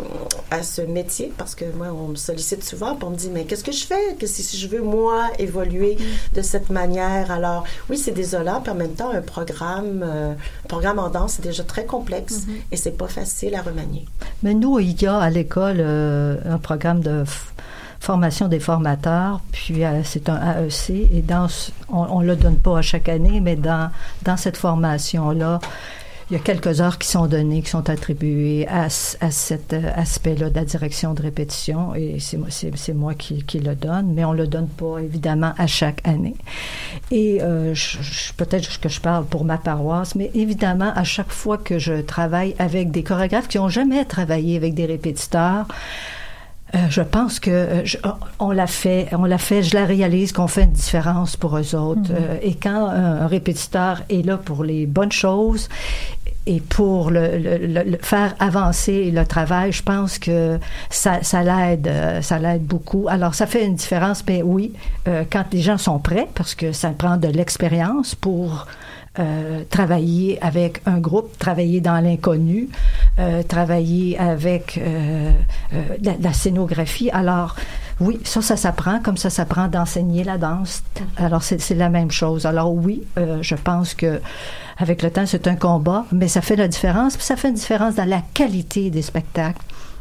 à ce métier. Parce que moi, on me sollicite souvent, puis on me dit, mais qu'est-ce que je fais? Que si, si je veux, moi, évoluer mm-hmm. de cette manière? Alors, oui, c'est désolant, puis en même temps, un programme, euh, un programme en danse, c'est déjà très complexe mm-hmm. et c'est pas facile à remanier. Mais nous, il y a à l'école euh, un programme de f- formation des formateurs, puis euh, c'est un A E C, et dans, on ne le donne pas à chaque année, mais dans, dans cette formation-là, il y a quelques heures qui sont données, qui sont attribuées à, à cet aspect-là de la direction de répétition, et c'est, c'est, c'est moi qui, qui le donne, mais on ne le donne pas, évidemment, à chaque année. Et euh, je, je, peut-être que je parle pour ma paroisse, mais évidemment, à chaque fois que je travaille avec des chorégraphes qui n'ont jamais travaillé avec des répétiteurs, Euh, je pense que euh, je, on l'a fait, on l'a fait, je la réalise qu'on fait une différence pour eux autres. Mm-hmm. Euh, et quand un, un répétiteur est là pour les bonnes choses et pour le, le, le, le faire avancer le travail, je pense que ça, ça l'aide, ça l'aide beaucoup. Alors, ça fait une différence, mais oui, euh, quand les gens sont prêts, parce que ça prend de l'expérience pour Euh, travailler avec un groupe, travailler dans l'inconnu, euh, travailler avec euh, euh, la, la scénographie. Alors, oui, ça, ça s'apprend, comme ça s'apprend d'enseigner la danse. Alors, c'est, c'est la même chose. Alors, oui, euh, je pense que avec le temps, c'est un combat, mais ça fait la différence. Puis ça fait une différence dans la qualité des spectacles.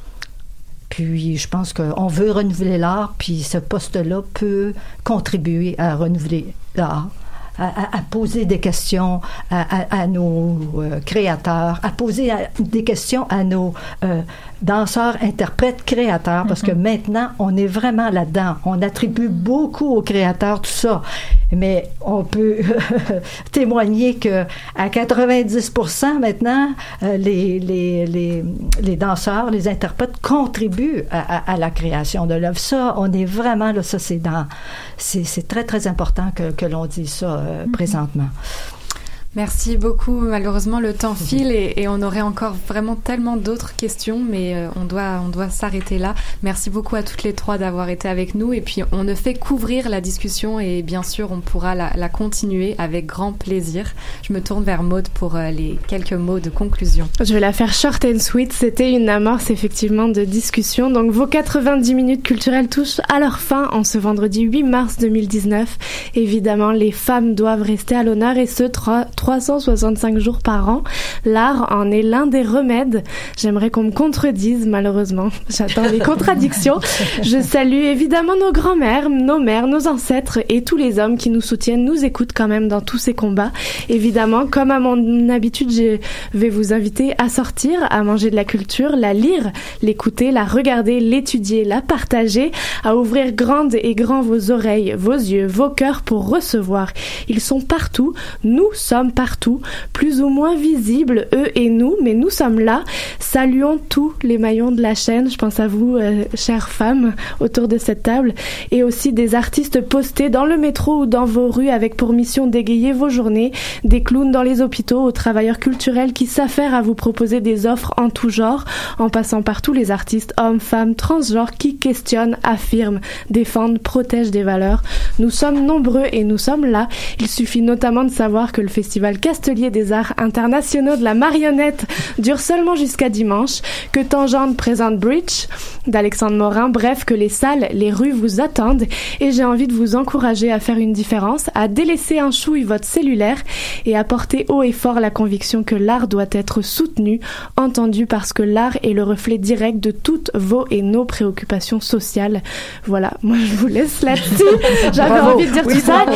Puis, je pense qu'on veut renouveler l'art, puis ce poste-là peut contribuer à renouveler l'art. À, à, à poser des questions à, à, à nos euh, créateurs, à poser à, des questions à nos euh, danseurs, interprètes, créateurs, parce mm-hmm. que maintenant, on est vraiment là-dedans. On attribue beaucoup aux créateurs tout ça. Mais on peut témoigner que à quatre-vingt-dix pour cent maintenant, euh, les, les, les, les danseurs, les interprètes contribuent à, à, à la création de l'œuvre. Ça, on est vraiment là, ça, c'est dans... C'est, c'est très, très important que, que l'on dise ça euh, mm-hmm. présentement. Merci beaucoup. Malheureusement, le temps file et, et on aurait encore vraiment tellement d'autres questions, mais euh, on doit, on doit s'arrêter là. Merci beaucoup à toutes les trois d'avoir été avec nous et puis on ne fait qu'ouvrir la discussion et bien sûr, on pourra la, la continuer avec grand plaisir. Je me tourne vers Maude pour euh, les quelques mots de conclusion. Je vais la faire short and sweet. C'était une amorce effectivement de discussion. Donc vos quatre-vingt-dix minutes culturelles touchent à leur fin en ce vendredi huit mars deux mille dix-neuf. Évidemment, les femmes doivent rester à l'honneur et ce, trois cent soixante-cinq jours par an. L'art en est l'un des remèdes. J'aimerais qu'on me contredise, malheureusement. J'attends les contradictions. Je salue évidemment nos grands-mères, nos mères, nos ancêtres et tous les hommes qui nous soutiennent, nous écoutent quand même dans tous ces combats. Évidemment, comme à mon habitude, je vais vous inviter à sortir, à manger de la culture, la lire, l'écouter, la regarder, l'étudier, la partager, à ouvrir grandes et grands vos oreilles, vos yeux, vos cœurs pour recevoir. Ils sont partout. Nous sommes partout, plus ou moins visibles, eux et nous, mais nous sommes là. Saluons tous les maillons de la chaîne, je pense à vous, euh, chères femmes, autour de cette table, et aussi des artistes postés dans le métro ou dans vos rues avec pour mission d'égayer vos journées, des clowns dans les hôpitaux, aux travailleurs culturels qui s'affairent à vous proposer des offres en tout genre, en passant par tous les artistes, hommes, femmes, transgenres, qui questionnent, affirment, défendent, protègent des valeurs. Nous sommes nombreux et nous sommes là. Il suffit notamment de savoir que le Festival Castelier des Arts Internationaux de la Marionnette dure seulement jusqu'à dimanche, que Tangente présente Bridge d'Alexandre Morin, bref, que les salles, les rues vous attendent et j'ai envie de vous encourager à faire une différence, à délaisser un chouille votre cellulaire et à porter haut et fort la conviction que l'art doit être soutenu, entendu parce que l'art est le reflet direct de toutes vos et nos préoccupations sociales. Voilà, moi je vous laisse là-dessus. J'avais Bravo. envie de dire Oui, tout ça.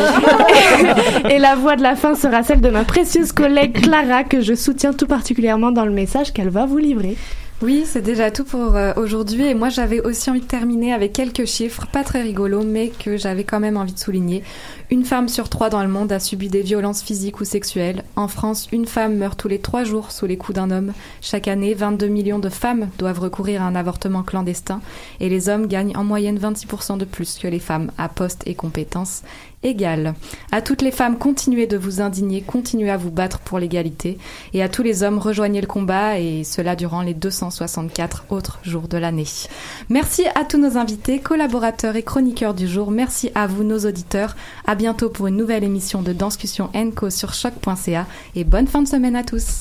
bravo. Et, et la voix de la fin sera celle de ma précieuse collègue Clara, que je soutiens tout particulièrement dans le message qu'elle va vous livrer. Oui, c'est déjà tout pour euh, aujourd'hui et moi j'avais aussi envie de terminer avec quelques chiffres, pas très rigolos, mais que j'avais quand même envie de souligner. Une femme sur trois dans le monde a subi des violences physiques ou sexuelles. En France, une femme meurt tous les trois jours sous les coups d'un homme. Chaque année, vingt-deux millions de femmes doivent recourir à un avortement clandestin et les hommes gagnent en moyenne vingt-six pour cent de plus que les femmes à postes et compétences égales. À toutes les femmes, continuez de vous indigner, continuez à vous battre pour l'égalité et à tous les hommes, rejoignez le combat et cela durant les deux cent soixante-quatre autres jours de l'année. Merci à tous nos invités, collaborateurs et chroniqueurs du jour. Merci à vous, nos auditeurs. À bientôt pour une nouvelle émission de Danscussion and Co sur choc point c a et bonne fin de semaine à tous.